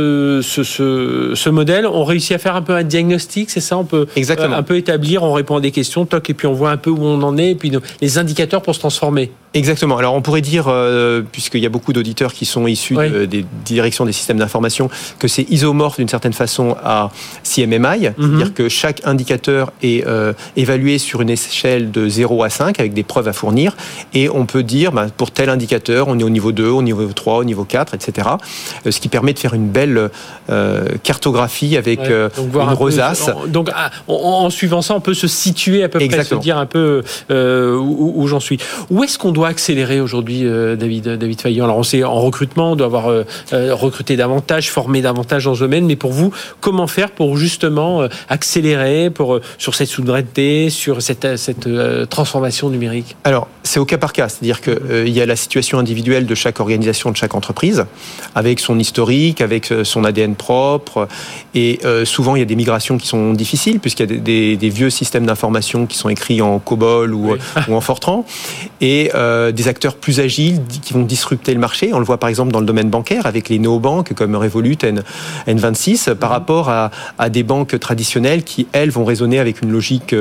ce modèle, on réussit à faire un peu un diagnostic, c'est ça ? On peut un peu établir, on répond à des questions, et puis on voit un peu où on en est, et puis les indicateurs pour se transformer. Exactement. Alors on pourrait dire, puisqu'il y a beaucoup d'auditeurs qui sont issus des directions des systèmes d'information, que c'est isomorphe d'une certaine façon à CMMI, c'est-à-dire que chaque indicateur est évalué sur une échelle de 0 à 5 avec des preuves à fournir, et on peut dire, pour tel indicateur, on est au niveau 2, au niveau 3, au niveau 4, etc. Ce qui permet de faire une belle cartographie avec une rosace. Donc en suivant ça, on peut se situer à peu près, se dire un peu où j'en suis. Où est-ce qu'on doit accélérer aujourd'hui, David Fayon ? Alors on sait, en recrutement, on doit avoir recruté davantage, formé davantage dans ce domaine, mais pour vous, comment faire pour justement accélérer sur cette souveraineté, sur cette transformation numérique ? Alors, c'est au cas par cas, c'est-à-dire qu'il y a la situation individuelle de chaque organisation, de chaque entreprise, avec son historique, avec son ADN propre, et souvent il y a des migrations qui sont difficiles, puisqu'il y a des vieux systèmes d'information qui sont écrits en COBOL ou en Fortran, et des acteurs plus agiles qui vont disrupter le marché. On le voit par exemple dans le domaine bancaire, avec les néobanques comme Revolut, N26, par rapport à des banques traditionnelles qui, elles, vont raisonner avec une logique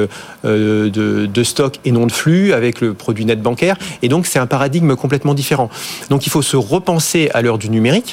de stock et non de flux, avec le produit net bancaire, et donc c'est un paradigme complètement différent. Donc il faut se repenser à l'heure du numérique,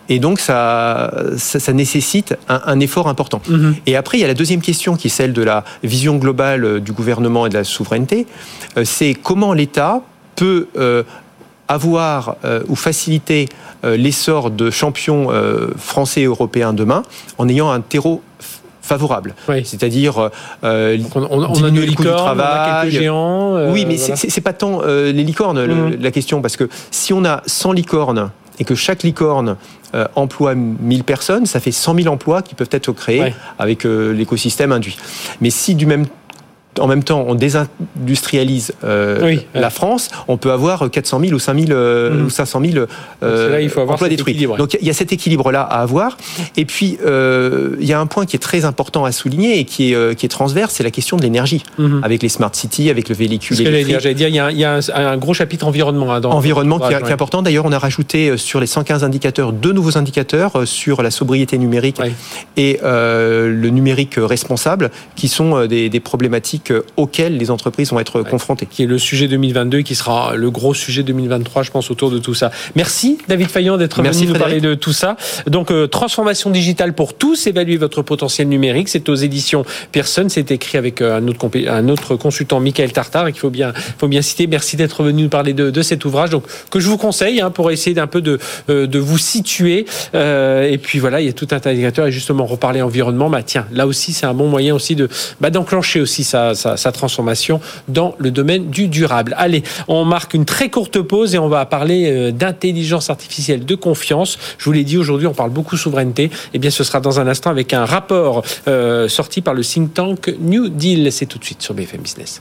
Et donc, ça nécessite un effort important. Et après, il y a la deuxième question qui est celle de la vision globale du gouvernement et de la souveraineté. C'est comment l'État peut avoir ou faciliter l'essor de champions français et européens demain en ayant un terreau favorable, c'est-à-dire on a une licorne, on a quelques géants. Oui, mais c'est pas tant les licornes la question, parce que si on a 100 licornes et que chaque licorne emploie 1000 personnes, ça fait 100 000 emplois qui peuvent être créés avec l'écosystème induit. Mais si en même temps, on désindustrialise la France, on peut avoir 400 000 ou 5 000 ou 500 000 là, il faut avoir emplois détruits. Équilibre. Donc, il y a cet équilibre-là à avoir. Et puis, il y a un point qui est très important à souligner et qui est transverse, c'est la question de l'énergie. Avec les smart cities, avec le véhicule électrique. J'allais dire, il y a un gros chapitre environnement. Environnement qui est important. D'ailleurs, on a rajouté sur les 115 indicateurs 2 nouveaux indicateurs sur la sobriété numérique et le numérique responsable, qui sont des problématiques auxquelles les entreprises vont être confrontées. Qui est le sujet 2022, qui sera le gros sujet 2023, je pense, autour de tout ça. Merci David Faillant d'être venu nous parler de tout ça. Donc, transformation digitale pour tous, évaluer votre potentiel numérique. C'est aux éditions Pearson. C'est écrit avec un autre consultant, Michael Tartare, qu'il faut bien citer. Merci d'être venu nous parler de cet ouvrage, donc, que je vous conseille pour essayer d'un peu de vous situer. Et puis voilà, il y a tout un tas d'indicateurs. Et justement, reparler environnement, tiens, là aussi, c'est un bon moyen aussi d'enclencher aussi sa transformation dans le domaine du durable. Allez, on marque une très courte pause et on va parler d'intelligence artificielle de confiance. Je vous l'ai dit, aujourd'hui, on parle beaucoup souveraineté. Eh bien, ce sera dans un instant avec un rapport sorti par le think tank New Deal. C'est tout de suite sur BFM Business.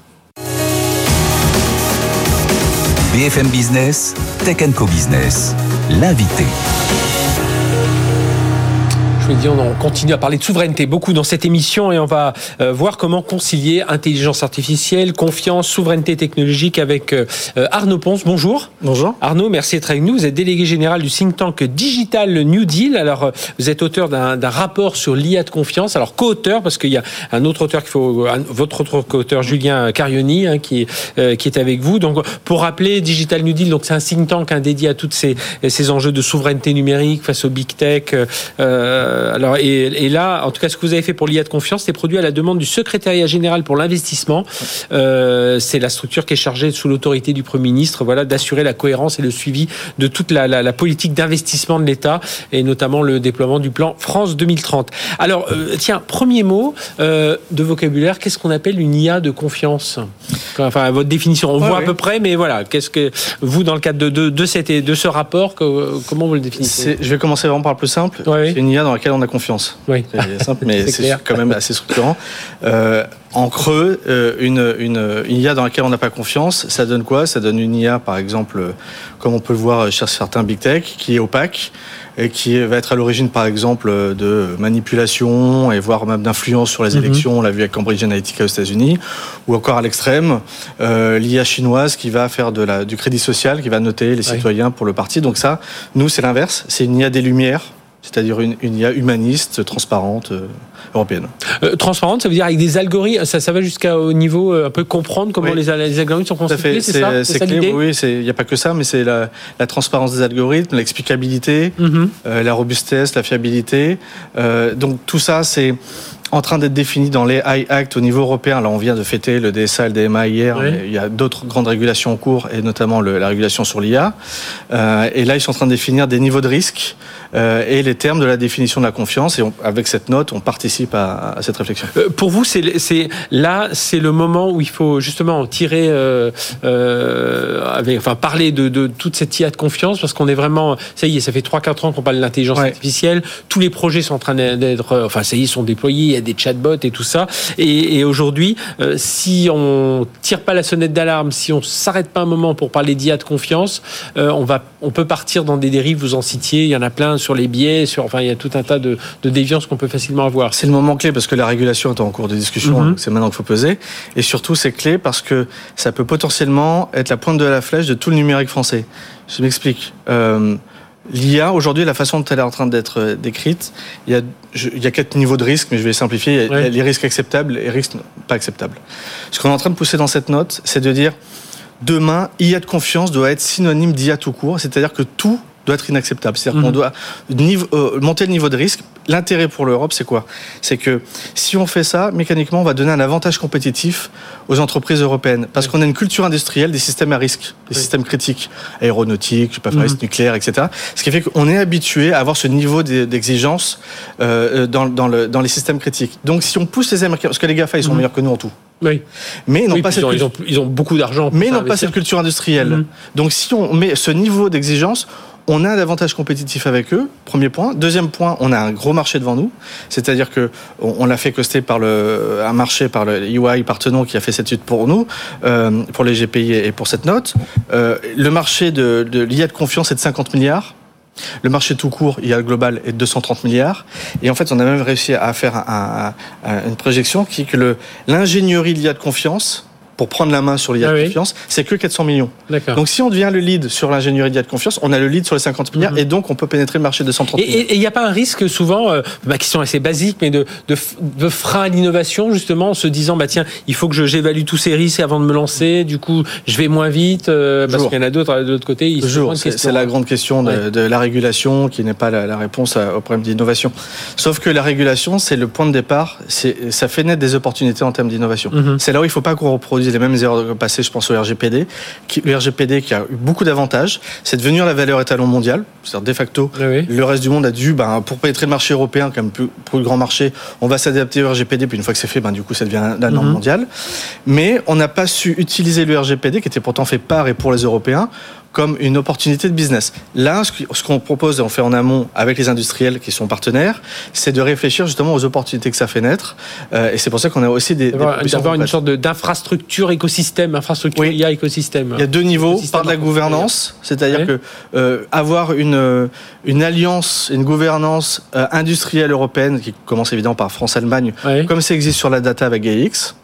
BFM Business, Tech Co Business, l'invité. Je vous l'ai dit, on continue à parler de souveraineté beaucoup dans cette émission et on va voir comment concilier intelligence artificielle, confiance, souveraineté technologique avec Arnaud Ponce. Bonjour. Bonjour. Arnaud, merci d'être avec nous. Vous êtes délégué général du think tank Digital New Deal. Alors, vous êtes auteur d'un rapport sur l'IA de confiance. Alors, co-auteur, parce qu'il y a un autre auteur votre autre co-auteur, Julien Carioni, qui est avec vous. Donc, pour rappeler, Digital New Deal, donc c'est un think tank dédié à tous ces enjeux de souveraineté numérique face au big tech. Alors, et là, en tout cas, ce que vous avez fait pour l'IA de confiance, c'est produit à la demande du secrétariat général pour l'investissement. C'est la structure qui est chargée, sous l'autorité du Premier ministre, d'assurer la cohérence et le suivi de toute la politique d'investissement de l'État, et notamment le déploiement du plan France 2030. Alors, tiens, premier mot de vocabulaire, qu'est-ce qu'on appelle une IA de confiance ? Enfin, votre définition, on voit à peu près, mais voilà, qu'est-ce que vous, dans le cadre de ce rapport, comment vous le définissez ? Je vais commencer vraiment par le plus simple. C'est une IA dans laquelle on a confiance. C'est simple, mais c'est quand même assez structurant. En creux, une IA dans laquelle on n'a pas confiance, ça donne quoi ? Ça donne une IA, par exemple, comme on peut le voir chez certains big tech, qui est opaque et qui va être à l'origine, par exemple, de manipulation et voire même d'influence sur les élections. On l'a vu avec Cambridge Analytica aux États-Unis, ou encore à l'extrême, l'IA chinoise qui va faire du crédit social, qui va noter les citoyens pour le parti. Donc ça, nous, c'est l'inverse. C'est une IA des Lumières. C'est-à-dire une IA humaniste, transparente, européenne. Transparente, ça veut dire avec des algorithmes, ça va jusqu'au niveau un peu comprendre comment les algorithmes sont constitués, c'est ça ? C'est clé, oui, il n'y a pas que ça, mais c'est la transparence des algorithmes, l'explicabilité, la robustesse, la fiabilité. Donc tout ça, c'est en train d'être défini dans les AI Act au niveau européen. Là, on vient de fêter le DSA et le DMA hier, mais il y a d'autres grandes régulations en cours, et notamment la régulation sur l'IA. Et là, ils sont en train de définir des niveaux de risque et les termes de la définition de la confiance. Et avec cette note, on participe à cette réflexion. Pour vous, c'est le moment où il faut justement tirer, parler de toute cette IA de confiance, parce qu'on est vraiment, ça y est, ça fait 3-4 ans qu'on parle de l'intelligence artificielle. Tous les projets sont en train d'être, ça y est, sont déployés. Il y a des chatbots et tout ça. Et aujourd'hui, si on tire pas la sonnette d'alarme, si on s'arrête pas un moment pour parler d'IA de confiance, on peut partir dans des dérives. Vous en citiez, il y en a plein sur les biais, il y a tout un tas de déviances qu'on peut facilement avoir. C'est le moment clé parce que la régulation est en cours de discussion, donc c'est maintenant qu'il faut peser. Et surtout, c'est clé parce que ça peut potentiellement être la pointe de la flèche de tout le numérique français. Je m'explique. L'IA, aujourd'hui, la façon dont elle est en train d'être décrite, il y a 4 niveaux de risque, mais je vais les simplifier. Il y a les risques acceptables et les risques pas acceptables. Ce qu'on est en train de pousser dans cette note, c'est de dire, demain, IA de confiance doit être synonyme d'IA tout court, c'est-à-dire que tout doit être inacceptable. C'est-à-dire qu'on doit monter le niveau de risque. L'intérêt pour l'Europe, c'est quoi ? C'est que si on fait ça, mécaniquement, on va donner un avantage compétitif aux entreprises européennes. Parce qu'on a une culture industrielle des systèmes à risque, des systèmes critiques, aéronautiques, nucléaire, etc. Ce qui fait qu'on est habitué à avoir ce niveau d'exigence dans les systèmes critiques. Donc si on pousse les Américains, parce que les GAFA, ils sont meilleurs que nous en tout. Oui. Mais ils ont beaucoup d'argent. Mais ils n'ont pas cette culture industrielle. Donc si on met ce niveau d'exigence, on a un avantage compétitif avec eux, premier point. Deuxième point, on a un gros marché devant nous. C'est-à-dire qu'on l'a fait coster par un marché, par le EY Parthenon qui a fait cette étude pour nous, pour les GPI et pour cette note. Le marché de l'IA de confiance est de 50 milliards. Le marché tout court, IA global, est de 230 milliards. Et en fait, on a même réussi à faire une projection qui est que l'ingénierie de l'IA de confiance, pour prendre la main sur l'IA de confiance, c'est que 400 millions. D'accord. Donc si on devient le lead sur l'ingénierie d'IA de confiance, on a le lead sur les 50 milliards et donc on peut pénétrer le marché de 130 milliards. Et il n'y a pas un risque souvent, ma question assez basique, mais de frein à l'innovation justement, en se disant tiens, il faut que j'évalue tous ces risques avant de me lancer, du coup je vais moins vite, parce qu'il y en a d'autres de l'autre côté. C'est la grande question de la régulation qui n'est pas la réponse au problème d'innovation. Sauf que la régulation, c'est le point de départ, ça fait naître des opportunités en termes d'innovation. C'est là où il ne faut pas qu'on reproduise les mêmes erreurs passées, je pense au RGPD. Le RGPD qui a eu beaucoup d'avantages, c'est devenir la valeur étalon mondiale. C'est-à-dire, de facto, le reste du monde a dû, pour pénétrer le marché européen, comme plus grand marché, on va s'adapter au RGPD, puis une fois que c'est fait, du coup, ça devient la norme mondiale. Mais on n'a pas su utiliser le RGPD, qui était pourtant fait par et pour les Européens, comme une opportunité de business. Là, ce qu'on propose, on fait en amont avec les industriels qui sont partenaires, c'est de réfléchir justement aux opportunités que ça fait naître. Et c'est pour ça qu'on a aussi d'avoir une sorte d'infrastructure écosystème, IA écosystème. Il y a deux niveaux, par de la gouvernance, c'est-à-dire que avoir une alliance, une gouvernance industrielle européenne, qui commence évidemment par France-Allemagne, comme ça existe sur la data avec GAIX.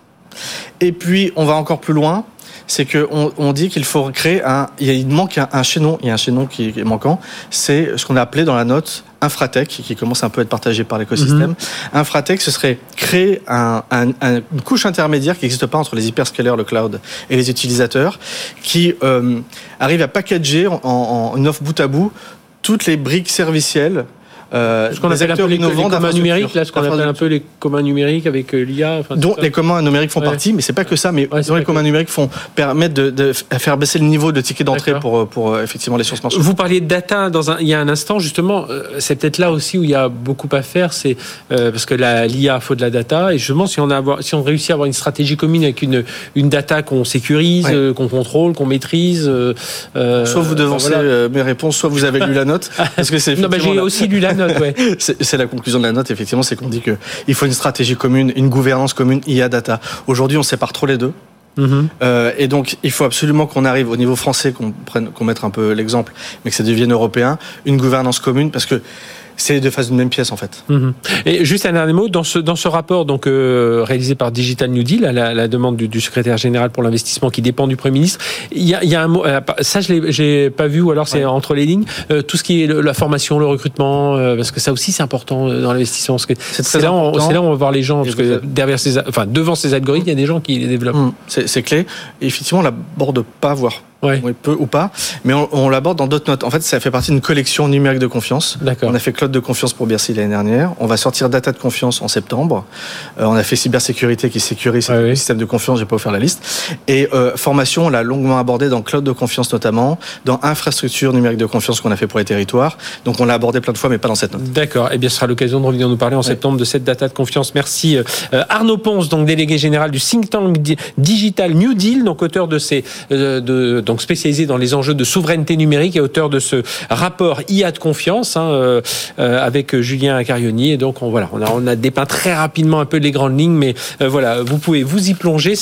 Et puis, on va encore plus loin, c'est qu'on dit qu'il faut créer il manque un chaînon, il y a un chaînon qui est manquant, c'est ce qu'on a appelé dans la note Infratech, qui commence un peu à être partagé par l'écosystème. Infratech, ce serait créer une couche intermédiaire qui n'existe pas entre les hyperscalers, le cloud, et les utilisateurs, qui arrive à packager en une offre bout à bout toutes les briques servicielles. Ce qu'on appelle un peu les communs numériques, là, ce qu'on appelle un peu les communs numériques avec l'IA. Dont les communs numériques font partie, mais c'est pas que ça, mais dont les communs numériques permettent de faire baisser le niveau de ticket d'entrée pour effectivement les sources marchandes. Vous parliez de data il y a un instant, justement, c'est peut-être là aussi où il y a beaucoup à faire, c'est parce que l'IA faut de la data, et justement si on réussit à avoir une stratégie commune avec une data qu'on sécurise, qu'on contrôle, qu'on maîtrise. Soit vous devancez mes réponses, soit vous avez lu la note, parce que c'est j'ai aussi lu la note. C'est la conclusion de la note, effectivement, c'est qu'on dit qu'il faut une stratégie commune, une gouvernance commune IA data. Aujourd'hui, on sépare trop les deux. Et donc, il faut absolument qu'on arrive au niveau français, qu'on mette un peu l'exemple, mais que ça devienne européen, une gouvernance commune, parce que c'est les deux faces d'une même pièce en fait. Et juste un dernier mot, dans ce rapport réalisé par Digital New Deal, à la demande du secrétaire général pour l'investissement qui dépend du Premier ministre, il y a un mot, ça j'ai pas vu, ou alors c'est entre les lignes, tout ce qui est la formation, le recrutement, parce que ça aussi c'est important dans l'investissement. C'est là où on va voir les gens, parce que devant ces algorithmes, il y a des gens qui les développent. C'est clé. Et effectivement, on l'aborde pas, voire peu ou pas, mais on l'aborde dans d'autres notes. En fait, ça fait partie d'une collection numérique de confiance. On a fait Cloud de confiance pour Bercy l'année dernière. On va sortir Data de confiance en septembre. On a fait cybersécurité qui sécurise le système de confiance. J'ai pas offert la liste. Et formation, on l'a longuement abordé dans Cloud de confiance notamment, dans infrastructure numérique de confiance qu'on a fait pour les territoires. Donc on l'a abordé plein de fois, mais pas dans cette note. D'accord. Eh bien, ce sera l'occasion de revenir nous parler en septembre de cette Data de confiance. Merci Arnaud Ponce, donc délégué général du think tank Digital New Deal, donc auteur de ces donc spécialisé dans les enjeux de souveraineté numérique et auteur de ce rapport IA de confiance avec Julien Carioni. Et donc on a dépeint très rapidement un peu les grandes lignes, mais vous pouvez vous y plonger.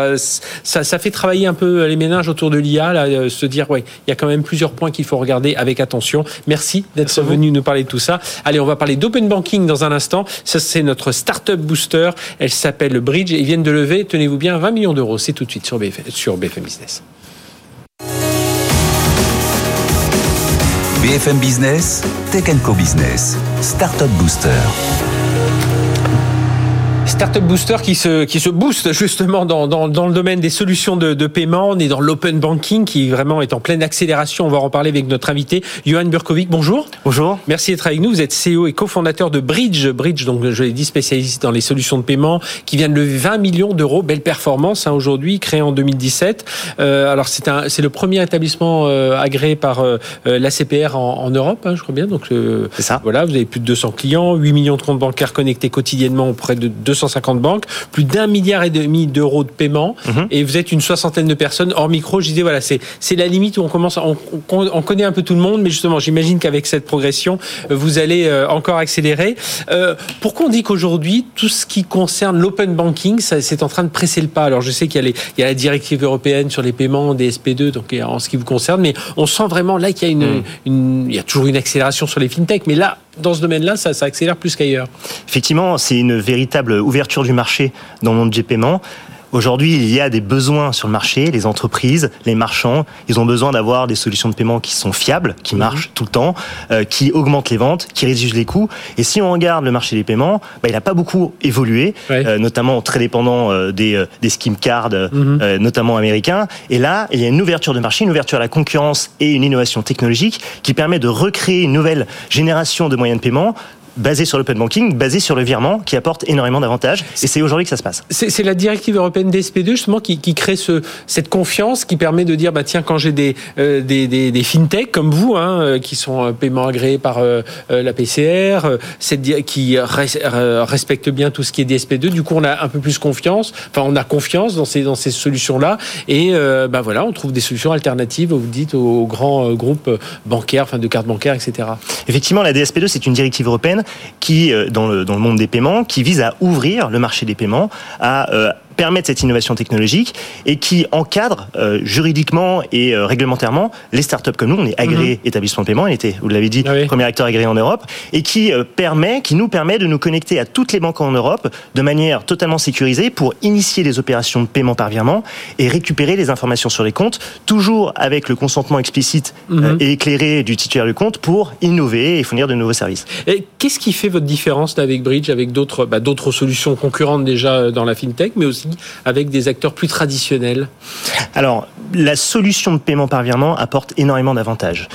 Ça fait travailler un peu les méninges autour de l'IA, se dire il y a quand même plusieurs points qu'il faut regarder avec attention. Merci d'être venu nous parler de tout ça. Allez, on va parler d'open banking dans un instant. Ça, c'est notre startup booster. Elle s'appelle Bridge et ils viennent de lever, tenez-vous bien, 20 millions d'euros. C'est tout de suite sur BFM Business. BFM Business, Tech & Co Business, Startup Booster. Startup Booster qui se booste justement dans le domaine des solutions de paiement. On est dans l'open banking qui vraiment est en pleine accélération. On va en parler avec notre invité, Johan Burkovic. Bonjour. Bonjour. Merci d'être avec nous. Vous êtes CEO et cofondateur de Bridge. Bridge, donc je l'ai dit, spécialiste dans les solutions de paiement, qui vient de lever 20 millions d'euros. Belle performance aujourd'hui, créé en 2017. Alors c'est le premier établissement agréé par l'ACPR en Europe, je crois bien. Donc c'est ça. Voilà, vous avez plus de 200 clients, 8 millions de comptes bancaires connectés quotidiennement auprès de 250 banques, plus d'1,5 milliard d'euros de paiement, et vous êtes une soixantaine de personnes. Hors micro, je disais, voilà, c'est la limite où on connaît un peu tout le monde, mais justement, j'imagine qu'avec cette progression, vous allez encore accélérer. Pourquoi on dit qu'aujourd'hui, tout ce qui concerne l'open banking, c'est en train de presser le pas? Alors, je sais qu'il y a la directive européenne sur les paiements des SP2, donc en ce qui vous concerne, mais on sent vraiment là qu'il y a il y a toujours une accélération sur les fintechs, mais là, dans ce domaine-là, ça accélère plus qu'ailleurs. Effectivement, c'est une véritable ouverture du marché dans le monde du paiement. Aujourd'hui, il y a des besoins sur le marché, les entreprises, les marchands, ils ont besoin d'avoir des solutions de paiement qui sont fiables, qui marchent tout le temps, qui augmentent les ventes, qui réduisent les coûts. Et si on regarde le marché des paiements, il n'a pas beaucoup évolué, notamment très dépendant des scheme cards, notamment américains. Et là, il y a une ouverture de marché, une ouverture à la concurrence et une innovation technologique qui permet de recréer une nouvelle génération de moyens de paiement basé sur l'open banking, basé sur le virement, qui apporte énormément d'avantages. Et c'est aujourd'hui que ça se passe. C'est la directive européenne DSP2 justement qui crée cette confiance, qui permet de dire tiens, quand j'ai des fintechs comme vous, qui sont paiements agréés par la PCR, qui respectent bien tout ce qui est DSP2. Du coup, on a un peu plus confiance. Enfin, on a confiance dans ces solutions-là. Et voilà, on trouve des solutions alternatives, vous dites, aux grands groupes bancaires, de cartes bancaires, etc. Effectivement, la DSP2, c'est une directive européenne qui, dans le monde des paiements, qui vise à ouvrir le marché des paiements, à permettre cette innovation technologique et qui encadre juridiquement et réglementairement les startups comme nous. On est agréé établissement de paiement, on était, vous l'avez dit, premier acteur agréé en Europe, et qui nous permet de nous connecter à toutes les banques en Europe de manière totalement sécurisée pour initier les opérations de paiement par virement et récupérer les informations sur les comptes, toujours avec le consentement explicite et éclairé du titulaire du compte pour innover et fournir de nouveaux services. Et qu'est-ce qui fait votre différence avec Bridge, avec d'autres solutions concurrentes déjà dans la fintech, mais aussi avec des acteurs plus traditionnels? Alors, la solution de paiement par virement apporte énormément d'avantages.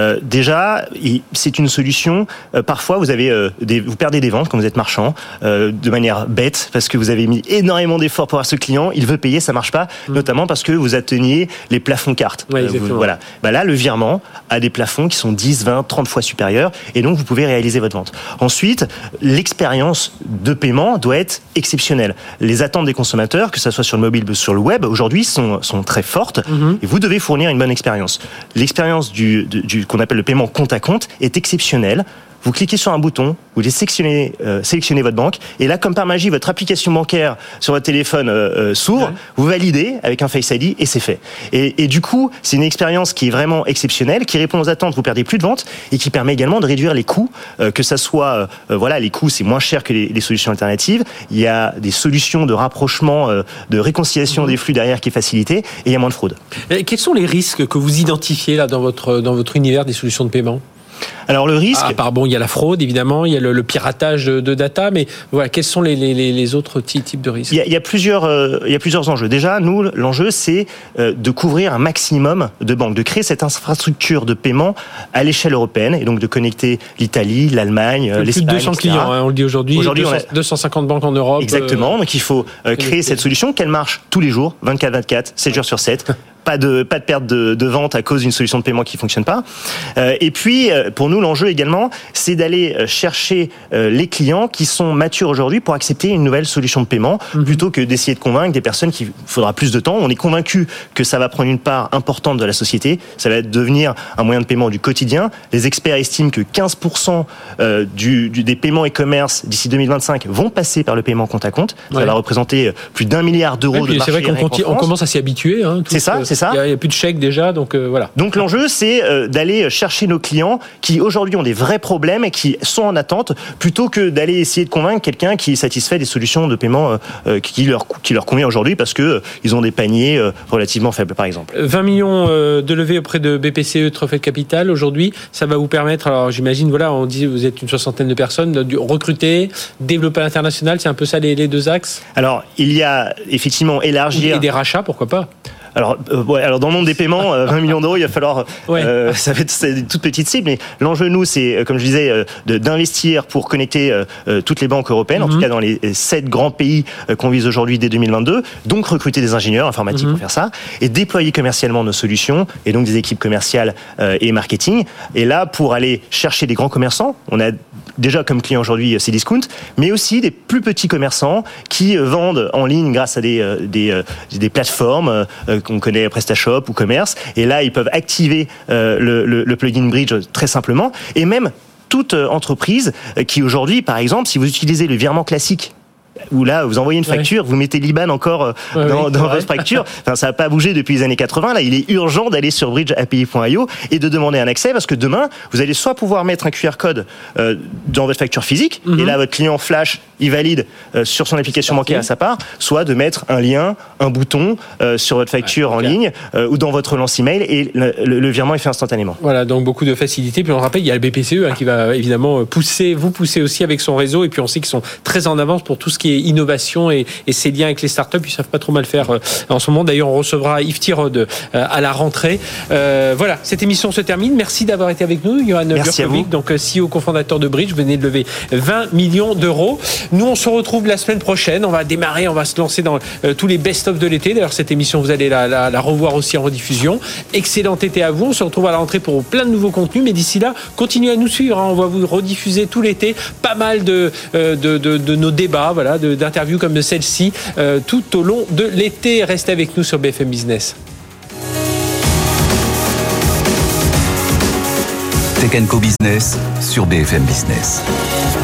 Déjà, c'est une solution, parfois vous perdez des ventes quand vous êtes marchand, de manière bête, parce que vous avez mis énormément d'efforts pour avoir ce client, il veut payer, ça marche pas, notamment parce que vous atteignez les plafonds cartes. Voilà. Là, le virement a des plafonds qui sont 10, 20, 30 fois supérieurs, et donc vous pouvez réaliser votre vente. Ensuite, l'expérience de paiement doit être exceptionnelle. Les attentes des consommateurs, que ce soit sur le mobile ou sur le web, aujourd'hui sont très fortes, et vous devez fournir une bonne expérience. L'expérience du qu'on appelle le paiement compte à compte est exceptionnelle. Vous cliquez sur un bouton, vous sélectionnez votre banque, et là, comme par magie, votre application bancaire sur votre téléphone s'ouvre, vous validez avec un Face ID, et c'est fait. Et du coup, c'est une expérience qui est vraiment exceptionnelle, qui répond aux attentes, vous perdez plus de ventes, et qui permet également de réduire les coûts, que ça soit, les coûts, c'est moins cher que les solutions alternatives. Il y a des solutions de rapprochement, de réconciliation des flux derrière qui est facilitée, et il y a moins de fraude. Et quels sont les risques que vous identifiez là dans votre univers des solutions de paiement? Alors le risque... il y a la fraude, évidemment, il y a le piratage de data, mais voilà, quels sont les autres types de risques? Il y a plusieurs enjeux. Déjà, nous, l'enjeu, c'est de couvrir un maximum de banques, de créer cette infrastructure de paiement à l'échelle européenne, et donc de connecter l'Italie, l'Allemagne, l'Espagne, plus de 200 clients, on le dit aujourd'hui. Aujourd'hui, 250 banques en Europe. Exactement, donc il faut créer cette solution, qu'elle marche tous les jours, 24/24, 7 jours sur 7. Pas de perte de vente à cause d'une solution de paiement qui fonctionne pas. Et puis, pour nous, l'enjeu également, c'est d'aller chercher les clients qui sont matures aujourd'hui pour accepter une nouvelle solution de paiement, plutôt que d'essayer de convaincre des personnes qu'il faudra plus de temps. On est convaincu que ça va prendre une part importante de la société. Ça va devenir un moyen de paiement du quotidien. Les experts estiment que 15% des paiements e-commerce d'ici 2025 vont passer par le paiement compte à compte. Ça va représenter plus d'1 milliard d'euros de marché. C'est vrai qu'on commence à s'y habituer. C'est ça. c'est ça. Il n'y a plus de chèques déjà, donc voilà. Donc l'enjeu, c'est d'aller chercher nos clients qui aujourd'hui ont des vrais problèmes et qui sont en attente, plutôt que d'aller essayer de convaincre quelqu'un qui est satisfait des solutions de paiement qui leur convient aujourd'hui parce que ils ont des paniers relativement faibles, par exemple. 20 millions de levées auprès de BPCE, Trophée de Capital aujourd'hui, ça va vous permettre, alors j'imagine, voilà, on dit vous êtes une 60aine de personnes, de recruter, développer à l'international, c'est un peu ça les deux axes. Alors il y a effectivement élargir et des rachats, pourquoi pas. Alors dans le monde des paiements, 20 millions d'euros, il va falloir, ça va être une toute petite cible, mais l'enjeu, nous, c'est, comme je disais, d'investir pour connecter toutes les banques européennes, en tout cas dans les 7 grands pays qu'on vise aujourd'hui dès 2022, donc recruter des ingénieurs informatiques pour faire ça, et déployer commercialement nos solutions, et donc des équipes commerciales et marketing, et là, pour aller chercher des grands commerçants, on a déjà comme client aujourd'hui Cdiscount, mais aussi des plus petits commerçants qui vendent en ligne grâce à des plateformes qu'on connaît, PrestaShop ou Commerce, et là ils peuvent activer le plugin Bridge très simplement, et même toute entreprise qui aujourd'hui, par exemple, si vous utilisez le virement classique, où là, vous envoyez une facture, vous mettez l'IBAN encore dans votre facture. Enfin, ça n'a pas bougé depuis les années 80. Là, il est urgent d'aller sur bridgeapi.io et de demander un accès, parce que demain, vous allez soit pouvoir mettre un QR code dans votre facture physique, et là, votre client flash, il valide sur son application bancaire à sa part, soit de mettre un lien, un bouton sur votre facture en ligne ou dans votre relance email, et le virement est fait instantanément. Voilà, donc beaucoup de facilité. Puis on le rappelle, il y a le BPCE qui va évidemment vous pousser aussi avec son réseau, et puis on sait qu'ils sont très en avance pour tout ce qui est innovation et ces liens avec les startups. Ils savent pas trop mal faire en ce moment. D'ailleurs, on recevra Yves Tirode à la rentrée. Voilà, cette émission se termine. Merci d'avoir été avec nous, Johan Burkovic, donc CEO cofondateur de Bridge. Vous venez de lever 20 millions d'euros. Nous, on se retrouve la semaine prochaine. On va démarrer, on va se lancer dans tous les best-of de l'été. D'ailleurs, cette émission, vous allez la revoir aussi en rediffusion. Excellent été à vous. On se retrouve à la rentrée pour plein de nouveaux contenus. Mais d'ici là, continuez à nous suivre. On va vous rediffuser tout l'été pas mal de nos débats, voilà, d'interviews comme de celle-ci tout au long de l'été. Restez avec nous sur BFM Business. Tech & Co Business sur BFM Business.